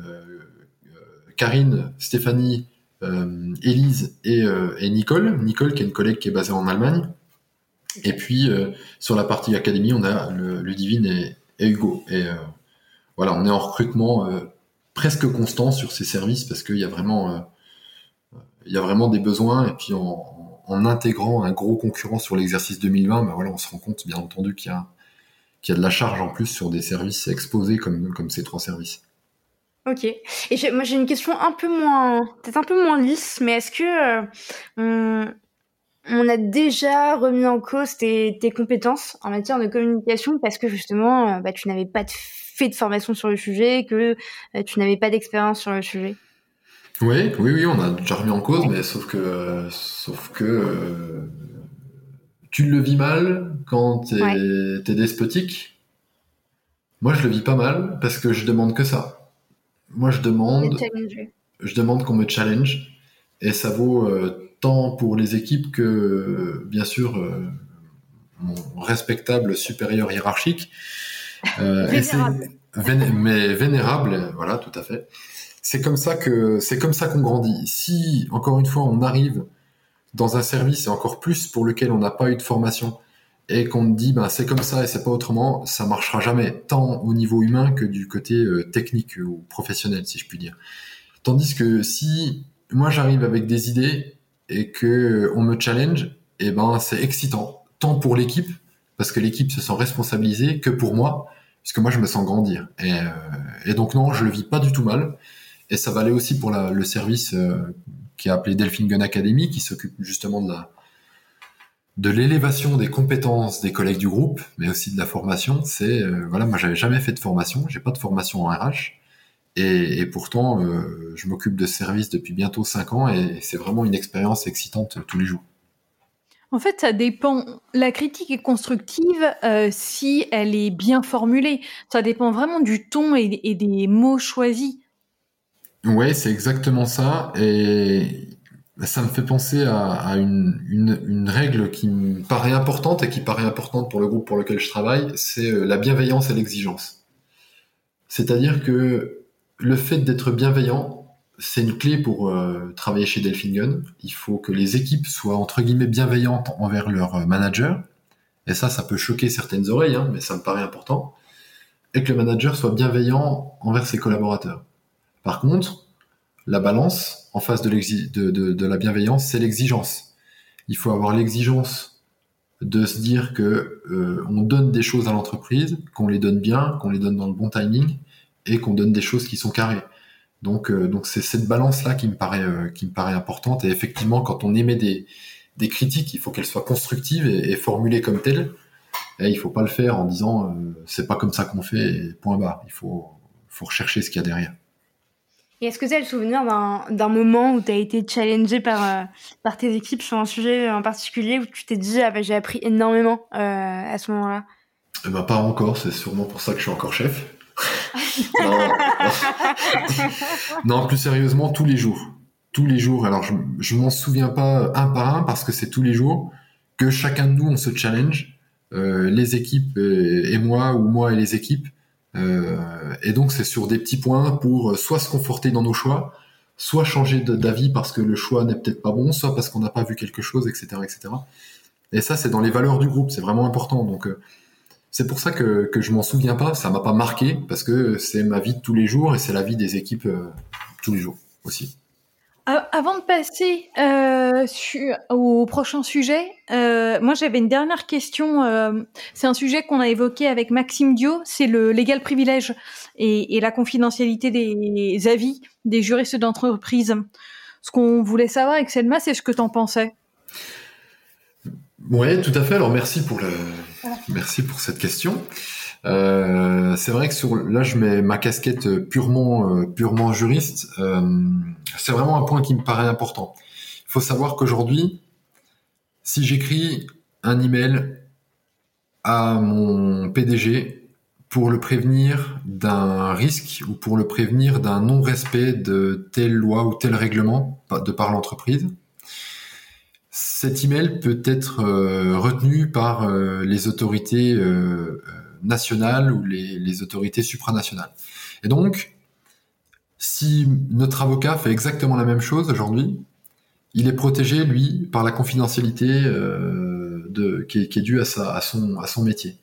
Karine, Stéphanie, Élise et Nicole qui est une collègue qui est basée en Allemagne. Et puis sur la partie académie, on a Ludivine et Hugo. Et voilà, on est en recrutement presque constant sur ces services parce qu'il y a vraiment des besoins. Et puis en intégrant un gros concurrent sur l'exercice 2020, ben voilà, on se rend compte bien entendu qu'il y a de la charge en plus sur des services exposés comme ces 3 services. Ok. Et moi j'ai une question peut-être un peu moins lisse, mais est-ce que on a déjà remis en cause tes compétences en matière de communication parce que justement tu n'avais pas fait de formation sur le sujet, que tu n'avais pas d'expérience sur le sujet? Oui, on a déjà remis en cause, mais sauf que tu le vis mal quand t'es despotique. Moi, je le vis pas mal parce que je demande que ça. Moi, je demande qu'on me challenge, et ça vaut tant pour les équipes que, bien sûr, mon respectable supérieur hiérarchique. Vénérable. Mais vénérable, voilà, tout à fait. C'est comme ça qu'on grandit. Si, encore une fois, on arrive dans un service, et encore plus pour lequel on n'a pas eu de formation, et qu'on te dit c'est comme ça et c'est pas autrement, ça marchera jamais, tant au niveau humain que du côté technique ou professionnel, si je puis dire. Tandis que si moi j'arrive avec des idées et que on me challenge, c'est excitant, tant pour l'équipe, parce que l'équipe se sent responsabilisée, que pour moi, puisque moi je me sens grandir. Et donc non, je le vis pas du tout mal. Et ça valait aussi pour le service qui est appelé Delphine Gun Academy, qui s'occupe justement de l'élévation des compétences des collègues du groupe, mais aussi de la formation. Moi j'avais jamais fait de formation, j'ai pas de formation en RH, et pourtant je m'occupe de ce service depuis bientôt 5 ans, et c'est vraiment une expérience excitante tous les jours. En fait, ça dépend. La critique est constructive si elle est bien formulée. Ça dépend vraiment du ton et des mots choisis. Ouais, c'est exactement ça, et ça me fait penser à une règle qui me paraît importante et qui paraît importante pour le groupe pour lequel je travaille, c'est la bienveillance et l'exigence. C'est-à-dire que le fait d'être bienveillant, c'est une clé pour travailler chez Delphingen. Il faut que les équipes soient entre guillemets bienveillantes envers leur manager. Et ça peut choquer certaines oreilles, hein, mais ça me paraît important. Et que le manager soit bienveillant envers ses collaborateurs. Par contre, la balance en face de la bienveillance, c'est l'exigence. Il faut avoir l'exigence de se dire que on donne des choses à l'entreprise, qu'on les donne bien, qu'on les donne dans le bon timing, et qu'on donne des choses qui sont carrées. Donc c'est cette balance-là qui me paraît importante. Et effectivement, quand on émet des critiques, il faut qu'elles soient constructives et formulées comme telles. Et il faut pas le faire en disant c'est pas comme ça qu'on fait, et point barre. Il faut rechercher ce qu'il y a derrière. Et est-ce que tu as le souvenir d'un moment où tu as été challengé par tes équipes sur un sujet en particulier, où tu t'es dit j'ai appris énormément à ce moment-là? Pas encore, c'est sûrement pour ça que je suis encore chef. Non, plus sérieusement, tous les jours. Tous les jours. Alors, je m'en souviens pas un par un parce que c'est tous les jours que chacun de nous, on se challenge, les équipes et moi, ou moi et les équipes. Et donc, c'est sur des petits points pour soit se conforter dans nos choix, soit changer d'avis parce que le choix n'est peut-être pas bon, soit parce qu'on n'a pas vu quelque chose, etc., etc. Et ça, c'est dans les valeurs du groupe, c'est vraiment important. Donc, c'est pour ça que je m'en souviens pas, ça m'a pas marqué, parce que c'est ma vie de tous les jours et c'est la vie des équipes tous les jours aussi. Avant de passer au prochain sujet, moi j'avais une dernière question. C'est un sujet qu'on a évoqué avec Maxime Dio, c'est le légal privilège et la confidentialité des avis des juristes d'entreprise. Ce qu'on voulait savoir avec Selma, c'est ce que t'en pensais. Ouais, tout à fait. Alors merci pour cette question. C'est vrai que là je mets ma casquette purement juriste. C'est vraiment un point qui me paraît important. Il faut savoir qu'aujourd'hui, si j'écris un email à mon PDG pour le prévenir d'un risque ou pour le prévenir d'un non-respect de telle loi ou tel règlement de par l'entreprise, cet email peut être retenu par les autorités nationales ou les autorités supranationales. Et donc, si notre avocat fait exactement la même chose aujourd'hui, il est protégé, lui, par la confidentialité qui est due à son métier.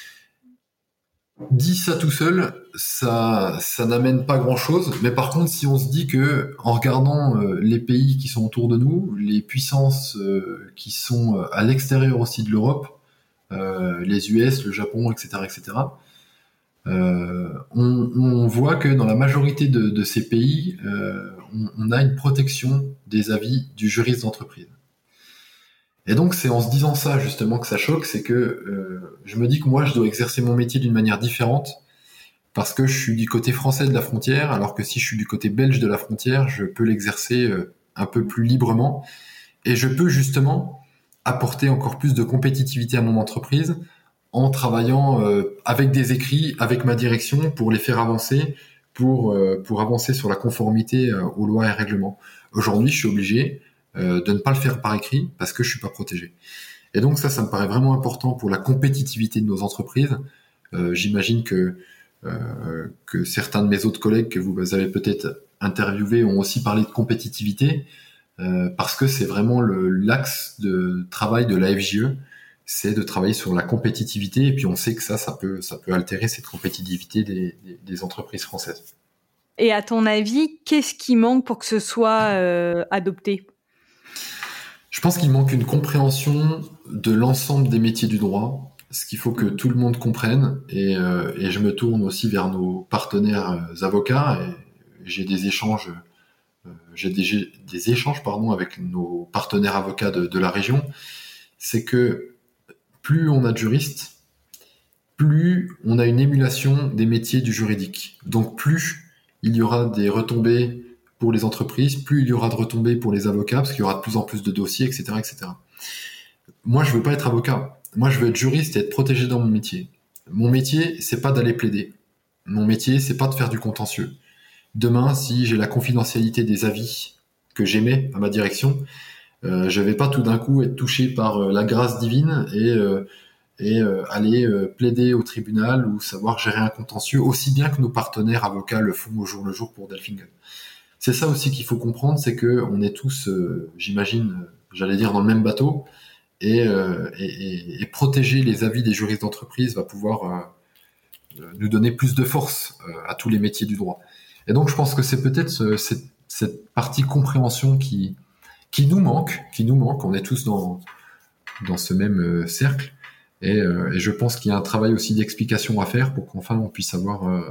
Dit ça tout seul, ça n'amène pas grand-chose. Mais par contre, si on se dit que, en regardant les pays qui sont autour de nous, les puissances qui sont à l'extérieur aussi de l'Europe, les US, le Japon, etc., on voit que dans la majorité de ces pays, on a une protection des avis du juriste d'entreprise. Et donc, c'est en se disant ça, justement, que ça choque, c'est que je me dis que moi, je dois exercer mon métier d'une manière différente, parce que je suis du côté français de la frontière, alors que si je suis du côté belge de la frontière, je peux l'exercer un peu plus librement, et je peux justement apporter encore plus de compétitivité à mon entreprise en travaillant avec des écrits, avec ma direction, pour les faire avancer, pour avancer sur la conformité aux lois et règlements. Aujourd'hui, je suis obligé de ne pas le faire par écrit parce que je suis pas protégé. Et donc ça me paraît vraiment important pour la compétitivité de nos entreprises. J'imagine que certains de mes autres collègues que vous avez peut-être interviewés ont aussi parlé de compétitivité parce que c'est vraiment l'axe de travail de la FJE, c'est de travailler sur la compétitivité, et puis on sait que ça peut altérer cette compétitivité des entreprises françaises. Et à ton avis, qu'est-ce qui manque pour que ce soit adopté ? Je pense qu'il manque une compréhension de l'ensemble des métiers du droit, ce qu'il faut que tout le monde comprenne, et je me tourne aussi vers nos partenaires avocats, et j'ai des échanges avec nos partenaires avocats de la région. C'est que plus on a de juristes, plus on a une émulation des métiers du juridique. Donc plus il y aura des retombées pour les entreprises, plus il y aura de retombées pour les avocats, parce qu'il y aura de plus en plus de dossiers, etc., etc. Moi, je veux pas être avocat. Moi, je veux être juriste et être protégé dans mon métier. Mon métier, c'est pas d'aller plaider. Mon métier, c'est pas de faire du contentieux. Demain, si j'ai la confidentialité des avis que j'émets à ma direction, je vais pas tout d'un coup être touché par la grâce divine et aller plaider au tribunal ou savoir gérer un contentieux aussi bien que nos partenaires avocats le font au jour le jour pour Delphingen. c'est ça aussi qu'il faut comprendre, c'est que on est tous, j'imagine, j'allais dire dans le même bateau, et protéger les avis des juristes d'entreprise va pouvoir nous donner plus de force à tous les métiers du droit. Et donc je pense que c'est peut-être cette partie compréhension qui nous manque. On est tous dans ce même cercle, et je pense qu'il y a un travail aussi d'explication à faire pour qu'enfin on puisse avoir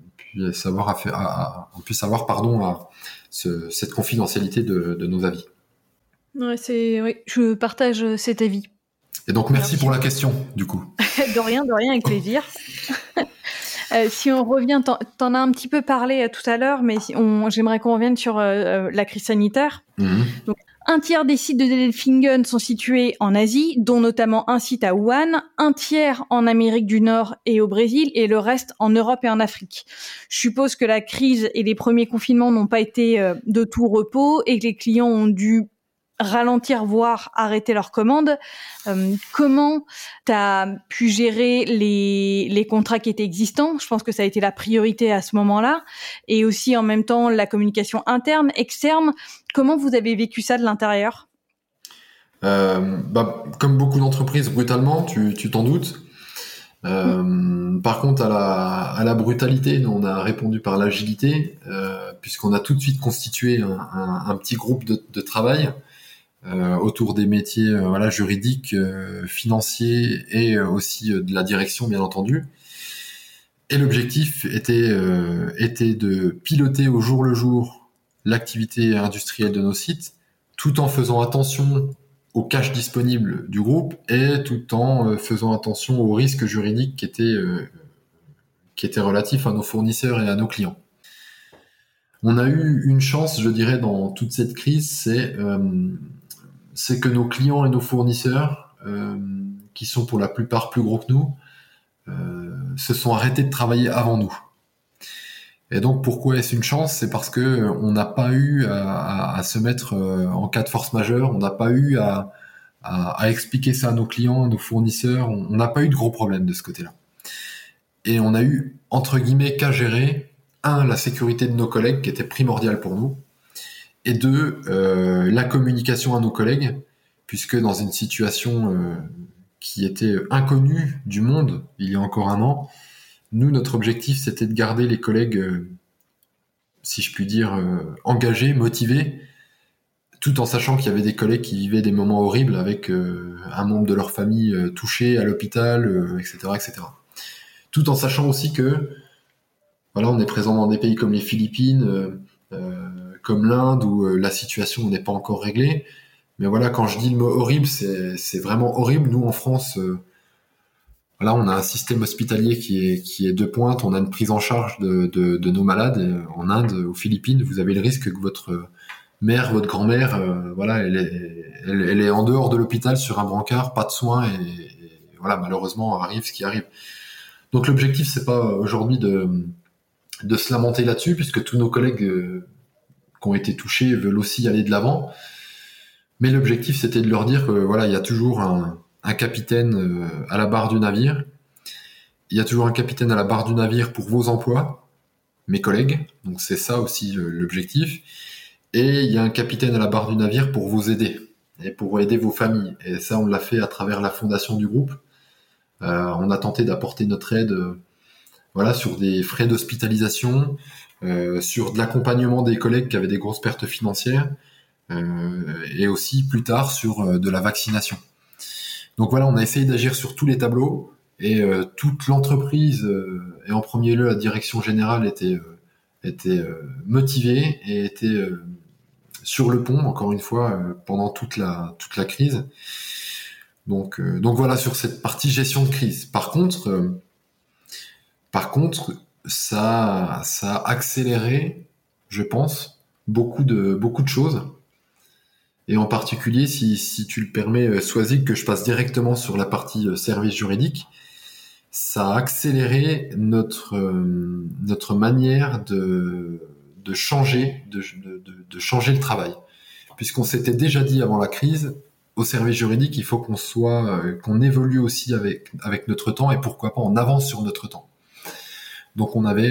cette confidentialité de nos avis. Ouais, oui, je partage cet avis. Et donc merci pour la question, du coup. De rien, avec plaisir. Si on revient, t'en as un petit peu parlé tout à l'heure, mais j'aimerais qu'on revienne sur la crise sanitaire. Donc, un tiers des sites de Delfingen sont situés en Asie, dont notamment un site à Wuhan, un tiers en Amérique du Nord et au Brésil, et le reste en Europe et en Afrique. Je suppose que la crise et les premiers confinements n'ont pas été de tout repos et que les clients ont dû ralentir, voire arrêter leurs commandes. Comment tu as pu gérer les contrats qui étaient existants? Je pense que ça a été la priorité à ce moment-là. Et aussi, en même temps, la communication interne, externe. Comment vous avez vécu ça de l'intérieur? Comme beaucoup d'entreprises, brutalement, tu t'en doutes. Par contre, à la brutalité, nous, on a répondu par l'agilité, puisqu'on a tout de suite constitué un petit groupe de travail autour des métiers juridiques, financiers et aussi de la direction, bien entendu. Et l'objectif était de piloter au jour le jour l'activité industrielle de nos sites, tout en faisant attention au cash disponible du groupe et tout en faisant attention aux risques juridiques qui étaient relatifs à nos fournisseurs et à nos clients. On a eu une chance, je dirais, dans toute cette crise, c'est que nos clients et nos fournisseurs, qui sont pour la plupart plus gros que nous, se sont arrêtés de travailler avant nous. Et donc pourquoi est-ce une chance? C'est parce que on n'a pas eu à se mettre en cas de force majeure, on n'a pas eu à expliquer ça à nos clients, à nos fournisseurs, on n'a pas eu de gros problèmes de ce côté-là. Et on a eu, entre guillemets, qu'à gérer, la sécurité de nos collègues qui était primordiale pour nous, et deux, la communication à nos collègues, puisque dans une situation qui était inconnue du monde il y a encore un an, nous, notre objectif, c'était de garder les collègues, si je puis dire, engagés, motivés, tout en sachant qu'il y avait des collègues qui vivaient des moments horribles avec un membre de leur famille touché à l'hôpital, etc., etc. Tout en sachant aussi que, voilà, on est présent dans des pays comme les Philippines, comme l'Inde, où la situation n'est pas encore réglée. Mais voilà, quand je dis le mot horrible, c'est vraiment horrible. Nous, en France, voilà, on a un système hospitalier qui est de pointe. On a une prise en charge de nos malades. Et en Inde, aux Philippines, vous avez le risque que votre mère, votre grand-mère, voilà, elle est en dehors de l'hôpital sur un brancard, pas de soins, et voilà, malheureusement, arrive ce qui arrive. Donc l'objectif, c'est pas aujourd'hui de se lamenter là-dessus, puisque tous nos collègues qui ont été touchés veulent aussi aller de l'avant. Mais l'objectif, c'était de leur dire que voilà, il y a toujours un capitaine à la barre du navire. Il y a toujours un capitaine à la barre du navire pour vos emplois, mes collègues. Donc c'est ça aussi l'objectif. Et il y a un capitaine à la barre du navire pour vous aider et pour aider vos familles. Et ça, on l'a fait à travers la fondation du groupe. On a tenté d'apporter notre aide, voilà, sur des frais d'hospitalisation, sur de l'accompagnement des collègues qui avaient des grosses pertes financières, et aussi plus tard sur de la vaccination. Donc voilà, on a essayé d'agir sur tous les tableaux, et toute l'entreprise, et en premier lieu la direction générale, était motivée et était sur le pont, encore une fois, pendant toute la crise. Donc voilà, sur cette partie gestion de crise. Par contre, ça a accéléré, je pense, beaucoup de choses. Et en particulier, si tu le permets, Swazik, que je passe directement sur la partie service juridique, ça a accéléré notre manière de changer le travail. Puisqu'on s'était déjà dit avant la crise, au service juridique, il faut qu'on évolue aussi avec notre temps, et pourquoi pas on avance sur notre temps. Donc on avait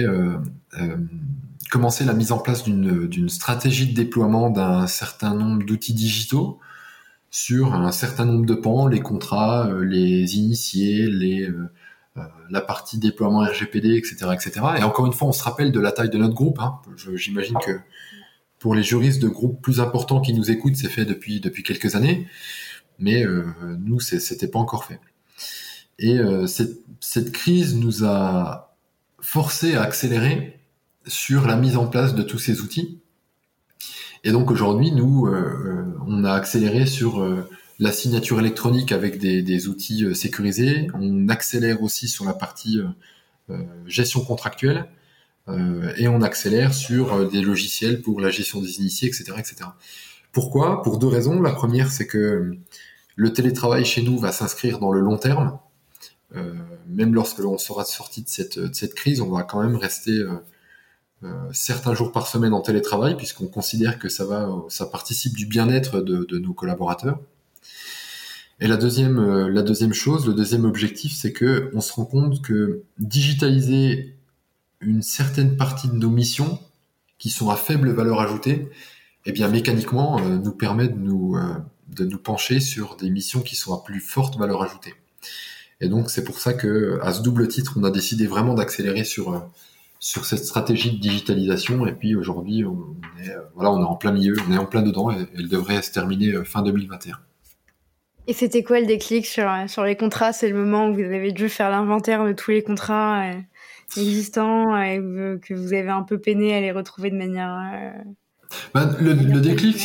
commencé la mise en place d'une stratégie de déploiement d'un certain nombre d'outils digitaux sur un certain nombre de pans, les contrats, les initiés, la partie déploiement RGPD, etc., etc. Et encore une fois, on se rappelle de la taille de notre groupe. Hein. J'imagine que pour les juristes de groupes plus importants qui nous écoutent, c'est fait depuis quelques années, mais nous, c'était pas encore fait. Et cette crise nous a forcé à accélérer sur la mise en place de tous ces outils. Et donc aujourd'hui, nous, on a accéléré sur la signature électronique avec des outils sécurisés. On accélère aussi sur la partie gestion contractuelle. Et on accélère sur des logiciels pour la gestion des initiés, etc., etc. Pourquoi ? Pour 2 raisons. La première, c'est que le télétravail chez nous va s'inscrire dans le long terme. Même lorsque l'on sera sorti de cette crise, on va quand même rester certains jours par semaine en télétravail, puisqu'on considère que ça participe du bien-être de nos collaborateurs. Et la deuxième chose, le deuxième objectif, c'est que on se rend compte que digitaliser une certaine partie de nos missions qui sont à faible valeur ajoutée, eh bien mécaniquement nous permet de nous pencher sur des missions qui sont à plus forte valeur ajoutée. Et donc c'est pour ça que à ce double titre, on a décidé vraiment d'accélérer sur cette stratégie de digitalisation. Et puis aujourd'hui, on est en plein milieu, on est en plein dedans, et elle devrait se terminer fin 2021. Et c'était quoi le déclic sur les contrats ? C'est le moment où vous avez dû faire l'inventaire de tous les contrats existants et que vous avez un peu peiné à les retrouver de manière... Le déclic,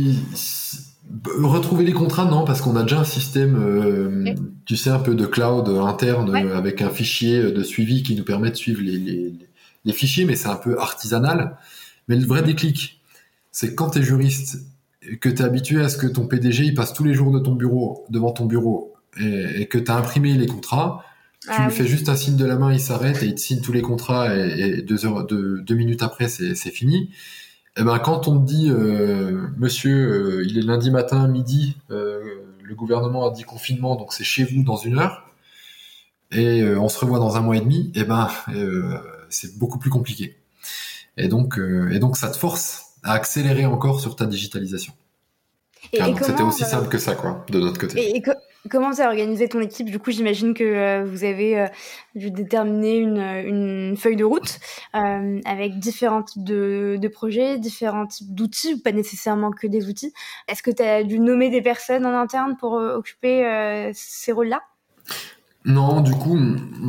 retrouver les contrats, non, parce qu'on a déjà un système, tu sais, un peu de cloud interne, avec un fichier de suivi qui nous permet de suivre les fichiers, mais c'est un peu artisanal. Mais le vrai déclic, c'est quand t'es juriste, que t'es habitué à ce que ton PDG il passe tous les jours devant ton bureau et que t'as imprimé les contrats, tu lui fais juste un signe de la main, il s'arrête et il te signe tous les contrats et 2 minutes après c'est fini. Et ben quand on te dit monsieur, il est lundi matin midi, le gouvernement a dit confinement, donc c'est chez vous dans 1 heure et on se revoit dans 1 mois et demi, et ben c'est beaucoup plus compliqué. Et donc ça te force à accélérer encore sur ta digitalisation. Donc c'était aussi simple que ça, quoi, de notre côté. Et comment tu as organisé ton équipe ? Du coup, j'imagine que vous avez dû déterminer une feuille de route avec différents types de projets, différents types d'outils, ou pas nécessairement que des outils. Est-ce que tu as dû nommer des personnes en interne pour occuper ces rôles-là ? Non, du coup,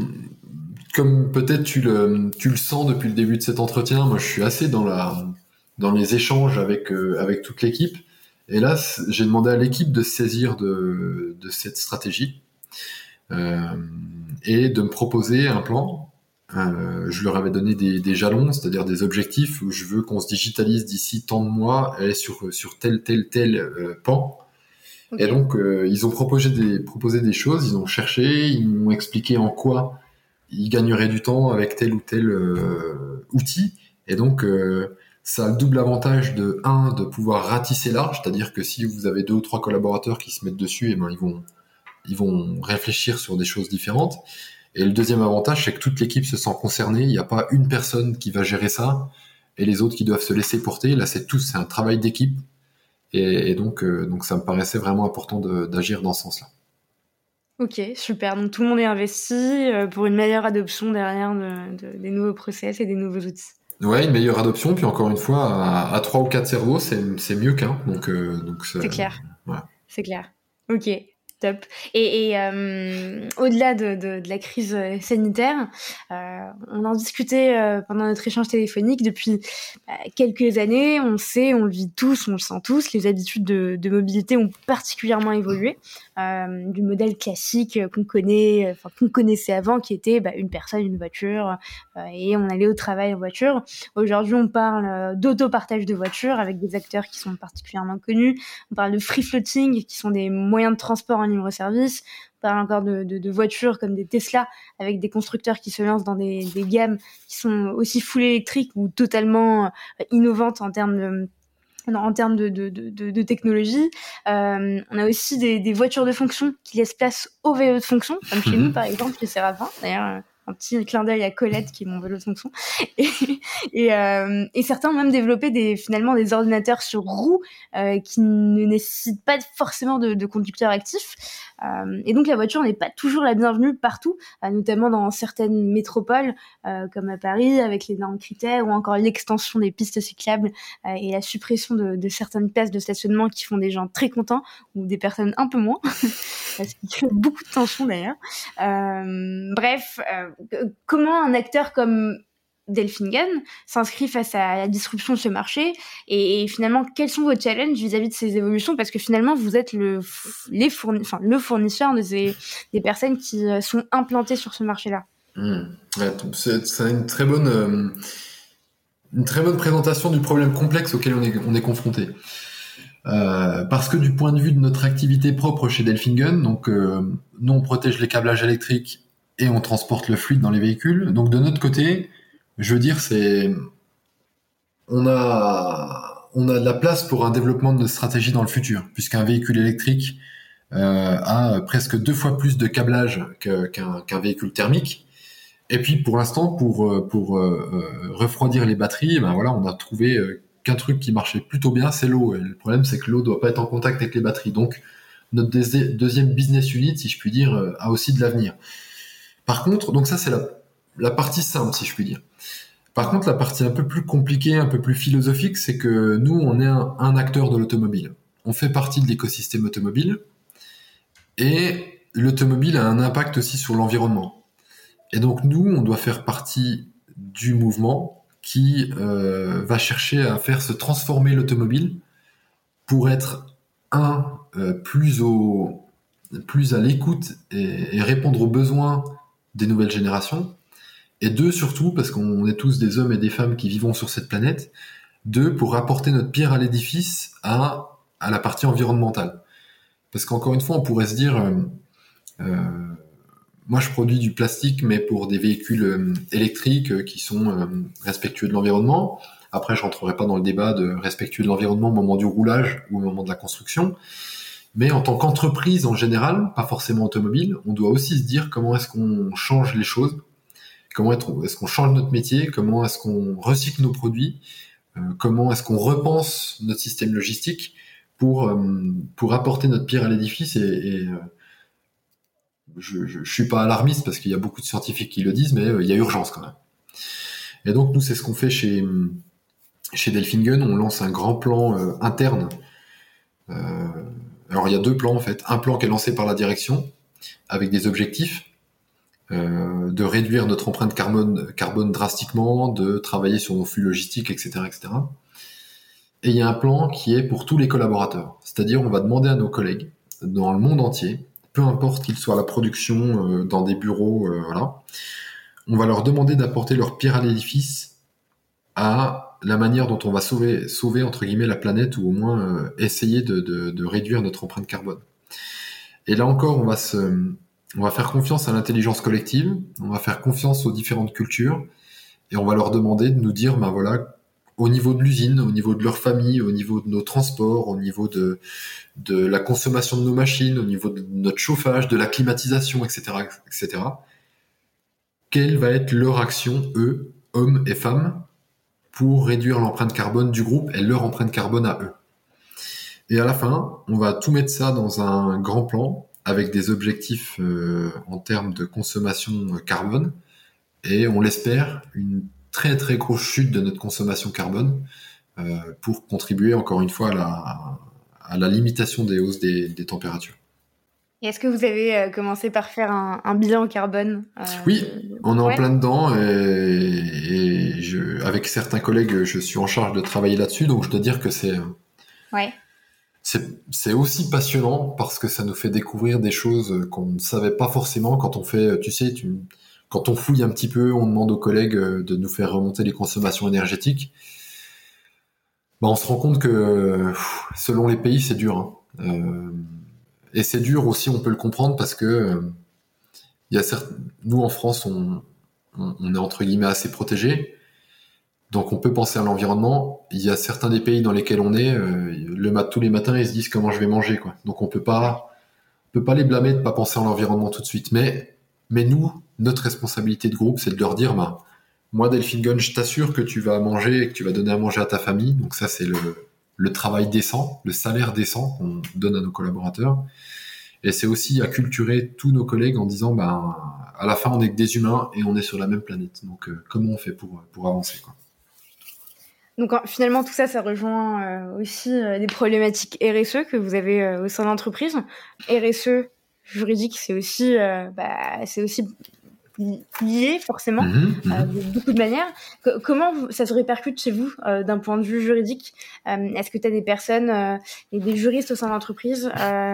comme peut-être tu le sens depuis le début de cet entretien, moi je suis assez dans les échanges avec toute l'équipe. Et là, j'ai demandé à l'équipe de se saisir de cette stratégie et de me proposer un plan. Je leur avais donné des jalons, c'est-à-dire des objectifs où je veux qu'on se digitalise d'ici tant de mois et sur tel pan. Okay. Et donc, ils ont proposé des choses, ils ont cherché, ils m'ont expliqué en quoi ils gagneraient du temps avec tel ou tel outil. Et donc, ça a le double avantage de pouvoir ratisser large, c'est-à-dire que si vous avez 2 ou 3 collaborateurs qui se mettent dessus, et ben ils vont réfléchir sur des choses différentes. Et le deuxième avantage, c'est que toute l'équipe se sent concernée. Il n'y a pas une personne qui va gérer ça et les autres qui doivent se laisser porter. Là, c'est un travail d'équipe. Et donc ça me paraissait vraiment important d'agir dans ce sens-là. Ok, super. Donc tout le monde est investi pour une meilleure adoption derrière des nouveaux process et des nouveaux outils. Ouais, une meilleure adoption, puis encore une fois, à 3 ou 4 cerveaux, c'est mieux qu'un. Donc c'est clair. Voilà. C'est clair. Ok, top. Et au-delà de la crise sanitaire, on en discutait pendant notre échange téléphonique depuis quelques années. On le vit tous, on le sent tous. Les habitudes de mobilité ont particulièrement évolué du modèle classique qu'on connaissait avant, qui était une personne, une voiture, et on allait au travail en voiture. Aujourd'hui, on parle d'autopartage de voitures avec des acteurs qui sont particulièrement connus. On parle de free floating, qui sont des moyens de transport en libre-service. On parle encore de voitures comme des Tesla, avec des constructeurs qui se lancent dans des gammes qui sont aussi full électriques ou totalement innovantes en termes de technologie. On a aussi des voitures de fonction qui laissent place aux VE de fonction, comme chez nous par exemple, chez Séraphin. D'ailleurs, un petit clin d'œil à Colette qui est mon vélo de fonction. Et certains ont même développé finalement des ordinateurs sur roues qui ne nécessitent pas forcément de conducteur actif. Et donc la voiture n'est pas toujours la bienvenue partout, notamment dans certaines métropoles comme à Paris avec les normes critères ou encore l'extension des pistes cyclables et la suppression de certaines places de stationnement qui font des gens très contents ou des personnes un peu moins, ce qui crée beaucoup de tension d'ailleurs. Bref, comment un acteur comme Delphine s'inscrit face à la disruption de ce marché et finalement quels sont vos challenges vis-à-vis de ces évolutions, parce que finalement vous êtes le fournisseur des personnes qui sont implantées sur ce marché-là. Ouais, c'est une très bonne présentation du problème complexe auquel on est confronté. Parce que du point de vue de notre activité propre chez Delphine Gun, donc nous on protège les câblages électriques et on transporte le fluide dans les véhicules. Donc de notre côté, je veux dire, on a de la place pour un développement de notre stratégie dans le futur, puisqu'un véhicule électrique a presque 2 fois plus de câblage qu'un véhicule thermique. Et puis pour l'instant, pour refroidir les batteries, ben voilà, on a trouvé qu'un truc qui marchait plutôt bien, c'est l'eau. Et le problème, c'est que l'eau doit pas être en contact avec les batteries. Donc notre deuxième business unit, si je puis dire, a aussi de l'avenir. Par contre, donc ça c'est la partie simple, si je puis dire. Par contre, la partie un peu plus compliquée, un peu plus philosophique, c'est que nous, on est un acteur de l'automobile. On fait partie de l'écosystème automobile et l'automobile a un impact aussi sur l'environnement. Et donc, nous, on doit faire partie du mouvement qui va chercher à faire se transformer l'automobile pour être plus à l'écoute et répondre aux besoins des nouvelles générations. Et 2, surtout, parce qu'on est tous des hommes et des femmes qui vivons sur cette planète, 2, pour apporter notre pierre à l'édifice à la partie environnementale. Parce qu'encore une fois, on pourrait se dire, moi je produis du plastique, mais pour des véhicules électriques qui sont respectueux de l'environnement. Après, je rentrerai pas dans le débat de respectueux de l'environnement au moment du roulage ou au moment de la construction. Mais en tant qu'entreprise en général, pas forcément automobile, on doit aussi se dire comment est-ce qu'on change les choses. Comment est-ce qu'on change notre métier? Comment est-ce qu'on recycle nos produits? Comment est-ce qu'on repense notre système logistique pour apporter notre pierre à l'édifice? Et je suis pas alarmiste parce qu'il y a beaucoup de scientifiques qui le disent, mais il y a urgence quand même. Et donc nous, c'est ce qu'on fait chez Delphine Gun. On lance un grand plan interne. Alors il y a 2 plans en fait. Un plan qui est lancé par la direction avec des objectifs. De réduire notre empreinte carbone drastiquement, de travailler sur nos flux logistiques, etc., etc. Et il y a un plan qui est pour tous les collaborateurs. C'est-à-dire, on va demander à nos collègues dans le monde entier, peu importe qu'ils soient à la production, dans des bureaux, voilà, on va leur demander d'apporter leur pierre à l'édifice à la manière dont on va sauver entre guillemets la planète, ou au moins essayer de réduire notre empreinte carbone. Et là encore, on va faire confiance à l'intelligence collective, on va faire confiance aux différentes cultures, et on va leur demander de nous dire, ben voilà, au niveau de l'usine, au niveau de leur famille, au niveau de nos transports, au niveau de la consommation de nos machines, au niveau de notre chauffage, de la climatisation, etc., etc., quelle va être leur action, eux, hommes et femmes, pour réduire l'empreinte carbone du groupe et leur empreinte carbone à eux. Et à la fin, on va tout mettre ça dans un grand plan, avec des objectifs en termes de consommation carbone, et on l'espère, une très très grosse chute de notre consommation carbone pour contribuer encore une fois à la limitation des hausses des températures. Et est-ce que vous avez commencé par faire un bilan carbone Oui, on est en plein dedans, et avec certains collègues, je suis en charge de travailler là-dessus, donc je dois dire que c'est aussi passionnant parce que ça nous fait découvrir des choses qu'on ne savait pas forcément quand on fait, quand on fouille un petit peu, on demande aux collègues de nous faire remonter les consommations énergétiques. Ben, on se rend compte que selon les pays, c'est dur. Et c'est dur aussi, on peut le comprendre parce que nous en France, on est entre guillemets assez protégés. Donc on peut penser à l'environnement. Il y a certains des pays dans lesquels on est, tous les matins, ils se disent comment je vais manger, quoi. Donc on peut pas les blâmer de pas penser à l'environnement tout de suite. Mais Mais nous, notre responsabilité de groupe, c'est de leur dire, moi, Delphine Gunn, je t'assure que tu vas manger et que tu vas donner à manger à ta famille. Donc ça, c'est le travail décent, le salaire décent qu'on donne à nos collaborateurs. Et c'est aussi acculturer tous nos collègues en disant, à la fin, on est que des humains et on est sur la même planète. Donc, comment on fait pour avancer, quoi. Donc finalement, tout ça, ça rejoint aussi des problématiques RSE que vous avez au sein de l'entreprise. RSE juridique, c'est aussi lié forcément de beaucoup de manières. Comment ça se répercute chez vous d'un point de vue juridique? Est-ce que tu as des personnes et des juristes au sein de l'entreprise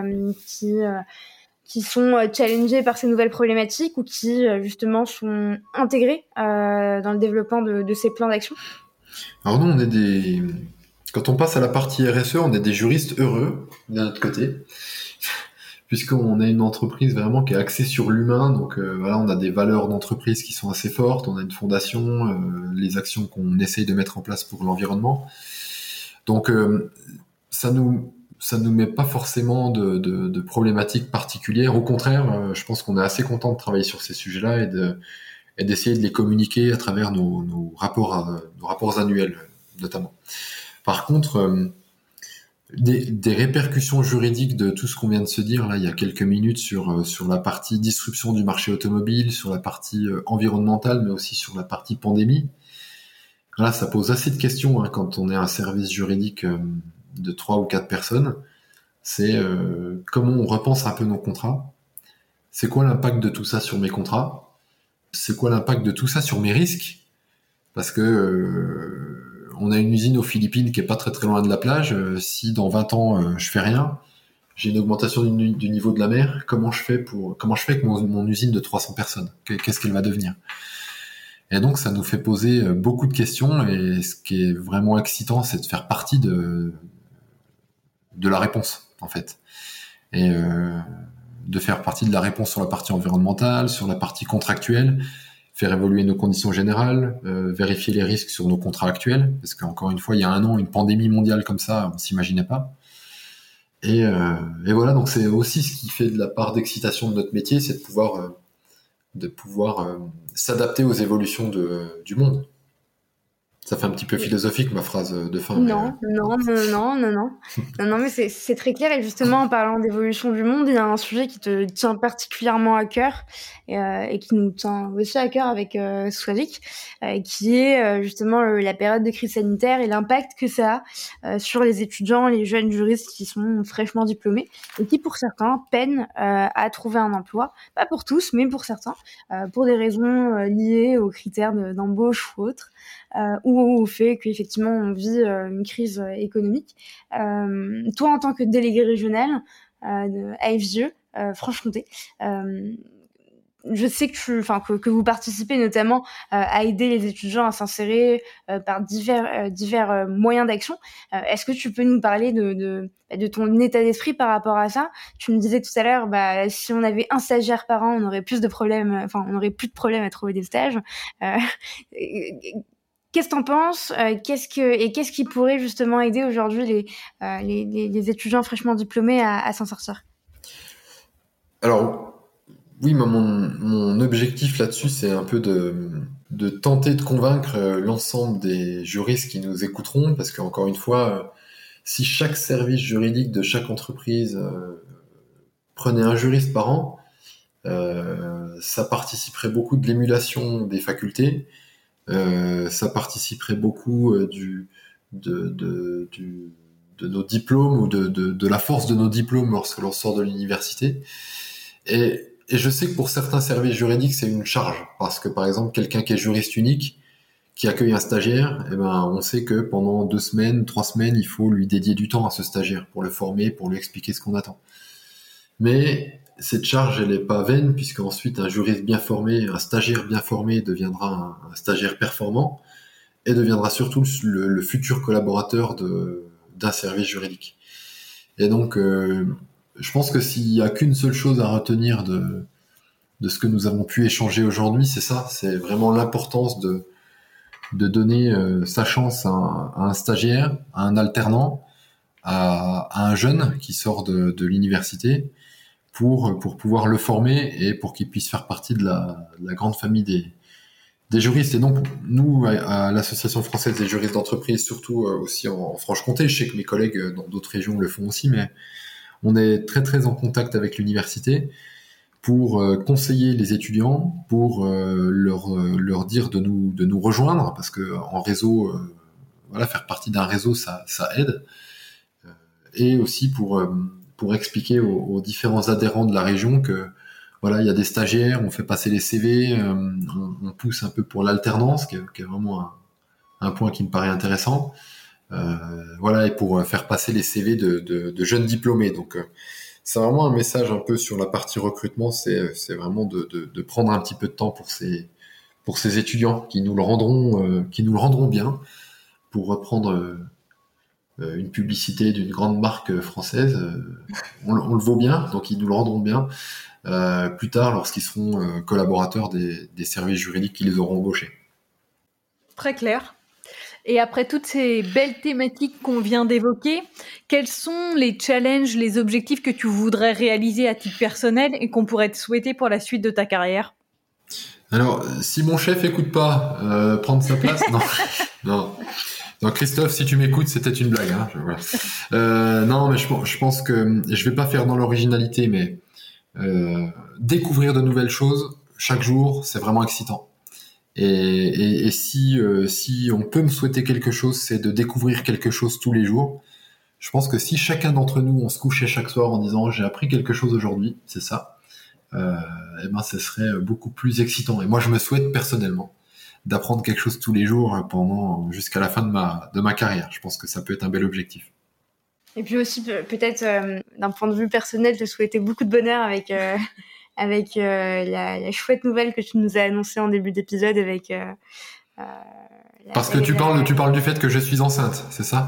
qui sont challengés par ces nouvelles problématiques ou qui justement sont intégrés dans le développement de ces plans d'action? Alors nous, quand on passe à la partie RSE, on est des juristes heureux d'un autre côté, puisqu'on a une entreprise vraiment qui est axée sur l'humain. Donc on a des valeurs d'entreprise qui sont assez fortes, on a une fondation, les actions qu'on essaye de mettre en place pour l'environnement. Donc ça nous met pas forcément de problématiques particulières. Au contraire, je pense qu'on est assez content de travailler sur ces sujets-là et d'essayer de les communiquer à travers nos rapports annuels, notamment. Par contre, des répercussions juridiques de tout ce qu'on vient de se dire là il y a quelques minutes sur la partie disruption du marché automobile, sur la partie environnementale, mais aussi sur la partie pandémie. Là, ça pose assez de questions quand on est un service juridique de 3 ou 4 personnes. C'est comment on repense un peu nos contrats. C'est quoi l'impact de tout ça sur mes contrats? C'est quoi l'impact de tout ça sur mes risques? Parce que on a une usine aux Philippines qui est pas très très loin de la plage. Si dans 20 ans je fais rien, j'ai une augmentation du niveau de la mer. Comment je fais avec mon usine de 300 personnes? Qu'est-ce qu'elle va devenir? Et donc ça nous fait poser beaucoup de questions. Et ce qui est vraiment excitant, c'est de faire partie de la réponse en fait. Et de faire partie de la réponse sur la partie environnementale, sur la partie contractuelle, faire évoluer nos conditions générales, vérifier les risques sur nos contrats actuels, parce qu'encore une fois, il y a un an, une pandémie mondiale comme ça, on s'imaginait pas. Et voilà, donc c'est aussi ce qui fait de la part d'excitation de notre métier, c'est de pouvoir s'adapter aux évolutions du monde. Ça fait un petit peu philosophique ma phrase de fin. Non, mais c'est très clair. Et justement, en parlant d'évolution du monde, il y a un sujet qui te tient particulièrement à cœur et qui nous tient aussi à cœur avec Swavik, qui est justement la période de crise sanitaire et l'impact que ça a sur les étudiants, les jeunes juristes qui sont fraîchement diplômés et qui, pour certains, peinent à trouver un emploi. Pas pour tous, mais pour certains, pour des raisons liées aux critères d'embauche ou autres. Ou au fait qu'effectivement on vit une crise économique. Toi, en tant que délégué régional de AFGE Franche-Comté, je sais que vous participez notamment à aider les étudiants à s'insérer par divers moyens d'action. Est-ce que tu peux nous parler de ton état d'esprit par rapport à ça? Tu me disais tout à l'heure, si on avait un stagiaire par an, on aurait plus de problèmes, on aurait plus de problèmes à trouver des stages. Qu'est-ce que t'en penses? Qu'est-ce qui pourrait justement aider aujourd'hui les étudiants fraîchement diplômés à s'en sortir? Alors, oui, mon objectif là-dessus, c'est un peu de tenter de convaincre l'ensemble des juristes qui nous écouteront, parce qu'encore une fois, si chaque service juridique de chaque entreprise prenait un juriste par an, ça participerait beaucoup de l'émulation des facultés. Ça participerait beaucoup de nos diplômes ou de la force de nos diplômes lorsque l'on sort de l'université. Et je sais que pour certains services juridiques, c'est une charge. Parce que, par exemple, quelqu'un qui est juriste unique, qui accueille un stagiaire, on sait que pendant 2 semaines, 3 semaines, il faut lui dédier du temps à ce stagiaire pour le former, pour lui expliquer ce qu'on attend. Mais cette charge, elle n'est pas vaine, puisque ensuite un juriste bien formé, un stagiaire bien formé deviendra un stagiaire performant et deviendra surtout le futur collaborateur d'un service juridique. Et donc, je pense que s'il y a qu'une seule chose à retenir de ce que nous avons pu échanger aujourd'hui, c'est ça, c'est vraiment l'importance de donner sa chance à un stagiaire, à un alternant, à un jeune qui sort de l'université, pour pouvoir le former et pour qu'il puisse faire partie de la grande famille des juristes. Et donc, nous, à l'Association française des juristes d'entreprise, surtout aussi en Franche-Comté, je sais que mes collègues dans d'autres régions le font aussi, mais on est très très en contact avec l'université pour conseiller les étudiants, pour leur dire de nous rejoindre, parce que en réseau, faire partie d'un réseau, ça aide, et aussi pour expliquer aux différents adhérents de la région que il y a des stagiaires, on fait passer les CV, on pousse un peu pour l'alternance, qui est vraiment un point qui me paraît intéressant. Et pour faire passer les CV de jeunes diplômés. Donc, c'est vraiment un message un peu sur la partie recrutement, c'est vraiment de prendre un petit peu de temps pour ces étudiants qui nous le rendront bien, pour reprendre une publicité d'une grande marque française. On le vaut bien, donc ils nous le rendront bien. Plus tard, lorsqu'ils seront collaborateurs des services juridiques qui les auront embauchés. Très clair. Et après toutes ces belles thématiques qu'on vient d'évoquer, quels sont les challenges, les objectifs que tu voudrais réaliser à titre personnel et qu'on pourrait te souhaiter pour la suite de ta carrière ? Alors, si mon chef écoute pas, prendre sa place, non, Christophe, si tu m'écoutes, c'était une blague. Non, mais je pense que je vais pas faire dans l'originalité, mais découvrir de nouvelles choses chaque jour, c'est vraiment excitant. Et si on peut me souhaiter quelque chose, c'est de découvrir quelque chose tous les jours. Je pense que si chacun d'entre nous, on se couchait chaque soir en disant j'ai appris quelque chose aujourd'hui, c'est ça, ce serait beaucoup plus excitant. Et moi, je me souhaite personnellement d'apprendre quelque chose tous les jours jusqu'à la fin de ma carrière. Je pense que ça peut être un bel objectif. Et puis aussi, peut-être, d'un point de vue personnel, te souhaiter beaucoup de bonheur avec la chouette nouvelle que tu nous as annoncée en début d'épisode avec... Parce que tu parles du fait que je suis enceinte, c'est ça ?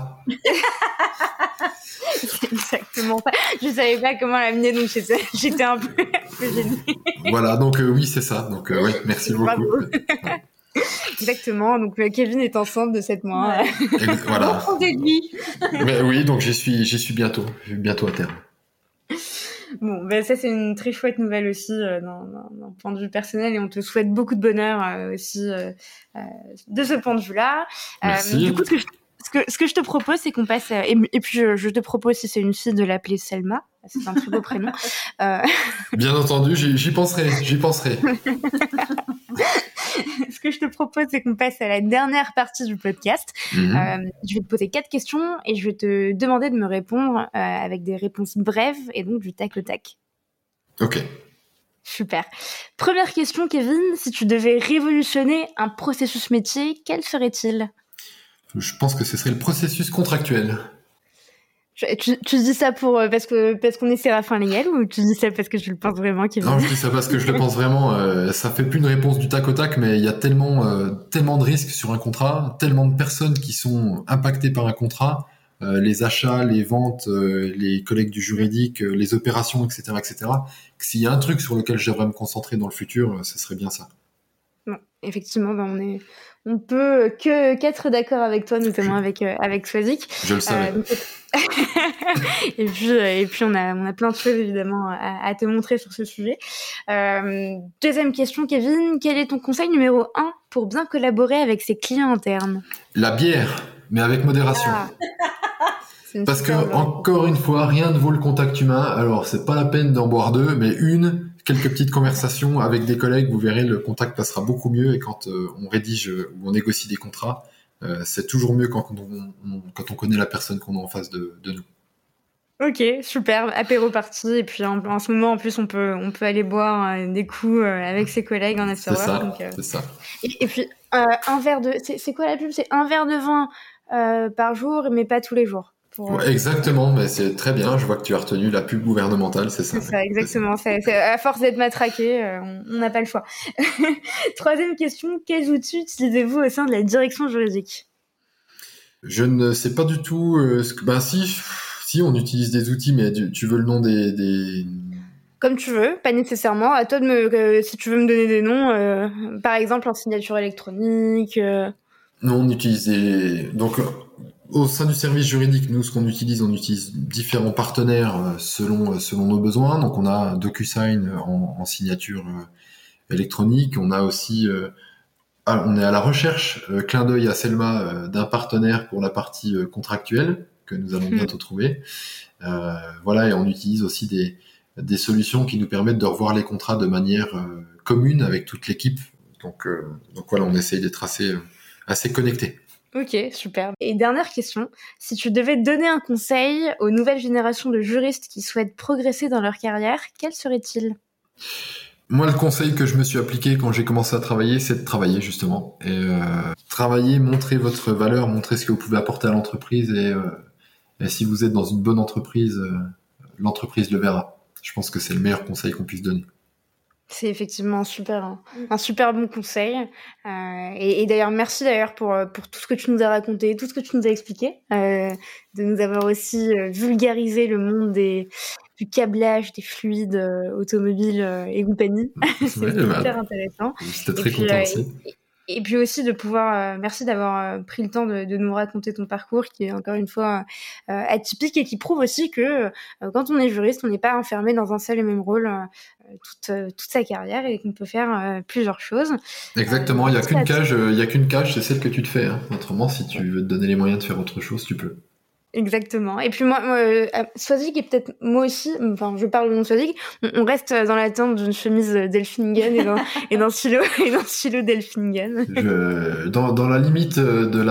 C'est exactement ça. Je savais pas comment l'amener, donc j'étais un peu gênée. Voilà, donc oui, c'est ça. Donc oui, merci beaucoup. Exactement, donc Kevin est enceinte de 7 mois. Voilà. Mais oui, donc j'y suis bientôt à terme. Bon, ça c'est une très chouette nouvelle aussi d'un point de vue personnel, et on te souhaite beaucoup de bonheur aussi de ce point de vue-là. Merci. Du coup, ce que je te propose, c'est qu'on passe et puis je te propose, si c'est une fille, de l'appeler Selma. C'est un très beau prénom. Bien entendu, j'y penserai. Ce que je te propose, c'est qu'on passe à la dernière partie du podcast. Je vais te poser 4 questions et je vais te demander de me répondre avec des réponses brèves et donc du tac au tac. Ok. Super. Première question, Kevin. Si tu devais révolutionner un processus métier, quel serait-il ? Je pense que ce serait le processus contractuel. Tu dis ça parce qu'on est Séraphin Légal, ou tu dis ça parce que je le pense vraiment, Kevin ? Non, je dis ça parce que je le pense vraiment. Ça fait plus une réponse du tac au tac, mais il y a tellement de risques sur un contrat, tellement de personnes qui sont impactées par un contrat, les achats, les ventes, les collègues du juridique, les opérations, etc., que s'il y a un truc sur lequel je devrais me concentrer dans le futur, ce serait bien ça. Bon, effectivement, on peut qu'être d'accord avec toi, notamment avec Swazik. Je le savais. Et puis on a plein de choses évidemment à te montrer sur ce sujet. Deuxième question, Kevin, quel est ton conseil numéro 1 pour bien collaborer avec ses clients internes ? La bière, mais avec modération. Parce que, encore une fois, rien ne vaut le contact humain. Alors, c'est pas la peine d'en boire 2, mais quelques petites conversations avec des collègues, vous verrez, le contact passera beaucoup mieux. Et quand on rédige ou on négocie des contrats, c'est toujours mieux quand on connaît la personne qu'on a en face de nous. Ok, super, apéro party, et puis en ce moment en plus on peut aller boire des coups avec ses collègues en after work. C'est ça. Et puis un verre de, c'est quoi la pub ? C'est un verre de vin par jour, mais pas tous les jours. Exactement, mais c'est très bien. Je vois que tu as retenu la pub gouvernementale, c'est ça. C'est ça, exactement. C'est à force d'être matraqué, on n'a pas le choix. Troisième question, quels outils utilisez-vous au sein de la direction juridique ? Je ne sais pas du tout. Si on utilise des outils, mais tu veux le nom des... Comme tu veux, pas nécessairement. À toi si tu veux me donner des noms, par exemple en signature électronique. Non, on utilise donc Au sein du service juridique, nous, ce qu'on utilise, on utilise différents partenaires selon nos besoins. Donc, on a DocuSign en signature électronique. On a aussi, on est à la recherche, clin d'œil à Selma, d'un partenaire pour la partie contractuelle que nous allons bientôt trouver. Voilà, et on utilise aussi des solutions qui nous permettent de revoir les contrats de manière commune avec toute l'équipe. Donc voilà, on essaye d'être assez connectés. Ok, super. Et dernière question, si tu devais donner un conseil aux nouvelles générations de juristes qui souhaitent progresser dans leur carrière, quel serait-il ? Moi, le conseil que je me suis appliqué quand j'ai commencé à travailler, c'est de travailler, justement. Et travailler, montrer votre valeur, montrer ce que vous pouvez apporter à l'entreprise. Et si vous êtes dans une bonne entreprise, l'entreprise le verra. Je pense que c'est le meilleur conseil qu'on puisse donner. C'est effectivement un super bon conseil. Et d'ailleurs, merci d'ailleurs pour tout ce que tu nous as raconté, tout ce que tu nous as expliqué, de nous avoir aussi vulgarisé le monde du câblage, des fluides automobiles et compagnie. C'est hyper intéressant. J'étais très content aussi. Et puis aussi de pouvoir, merci d'avoir pris le temps de nous raconter ton parcours qui est encore une fois atypique et qui prouve aussi que quand on est juriste, on n'est pas enfermé dans un seul et même rôle toute sa carrière et qu'on peut faire plusieurs choses. Exactement, il y a qu'une cage, c'est celle que tu te fais. Hein. Autrement, si tu veux te donner les moyens de faire autre chose, tu peux. Exactement. Et puis moi Swazik et peut-être moi aussi, enfin je parle de mon Swazik, on reste dans l'attente d'une chemise Delphingen et d'un stylo Delphingen. Dans la limite de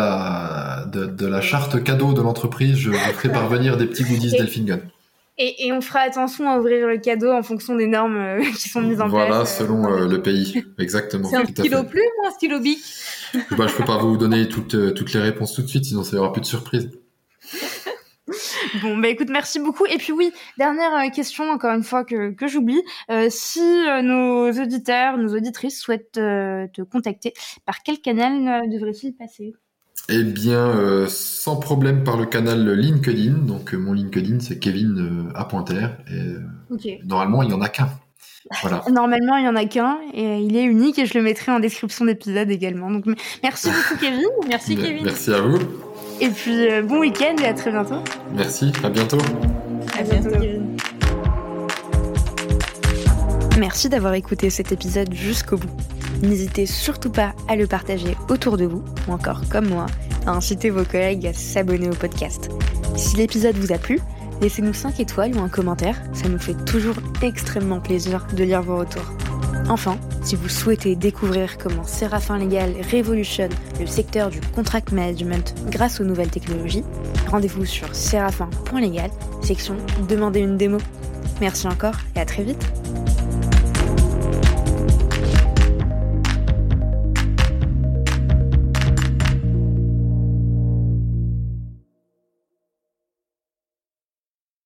la charte cadeau de l'entreprise, je ferai parvenir des petits goodies Delphingen. Et on fera attention à ouvrir le cadeau en fonction des normes qui sont mises en place. Voilà, selon le pays, exactement. C'est un stylo plume ou un stylo bic ? Je peux pas vous donner toutes les réponses tout de suite, sinon ça y aura plus de surprise. Bon, écoute, merci beaucoup. Et puis oui, dernière question, encore une fois, que j'oublie. Si nos auditeurs, nos auditrices souhaitent te contacter, par quel canal devraient-ils passer ? Eh bien, sans problème par le canal LinkedIn. Donc, mon LinkedIn, c'est Kevin Apointer. Et normalement, il n'y en a qu'un. Voilà. Normalement, il n'y en a qu'un. Et il est unique et je le mettrai en description d'épisode également. Donc, merci beaucoup, Kevin. Merci, Kevin. Merci à vous. Et puis, bon week-end et à très bientôt. Merci, à bientôt. À bientôt, Kevin. Merci d'avoir écouté cet épisode jusqu'au bout. N'hésitez surtout pas à le partager autour de vous, ou encore comme moi, à inciter vos collègues à s'abonner au podcast. Si l'épisode vous a plu, laissez-nous 5 étoiles ou un commentaire, ça nous fait toujours extrêmement plaisir de lire vos retours. Enfin, si vous souhaitez découvrir comment Séraphin Légal révolutionne le secteur du contract management grâce aux nouvelles technologies, rendez-vous sur séraphin.légal, section « Demandez une démo ». Merci encore et à très vite.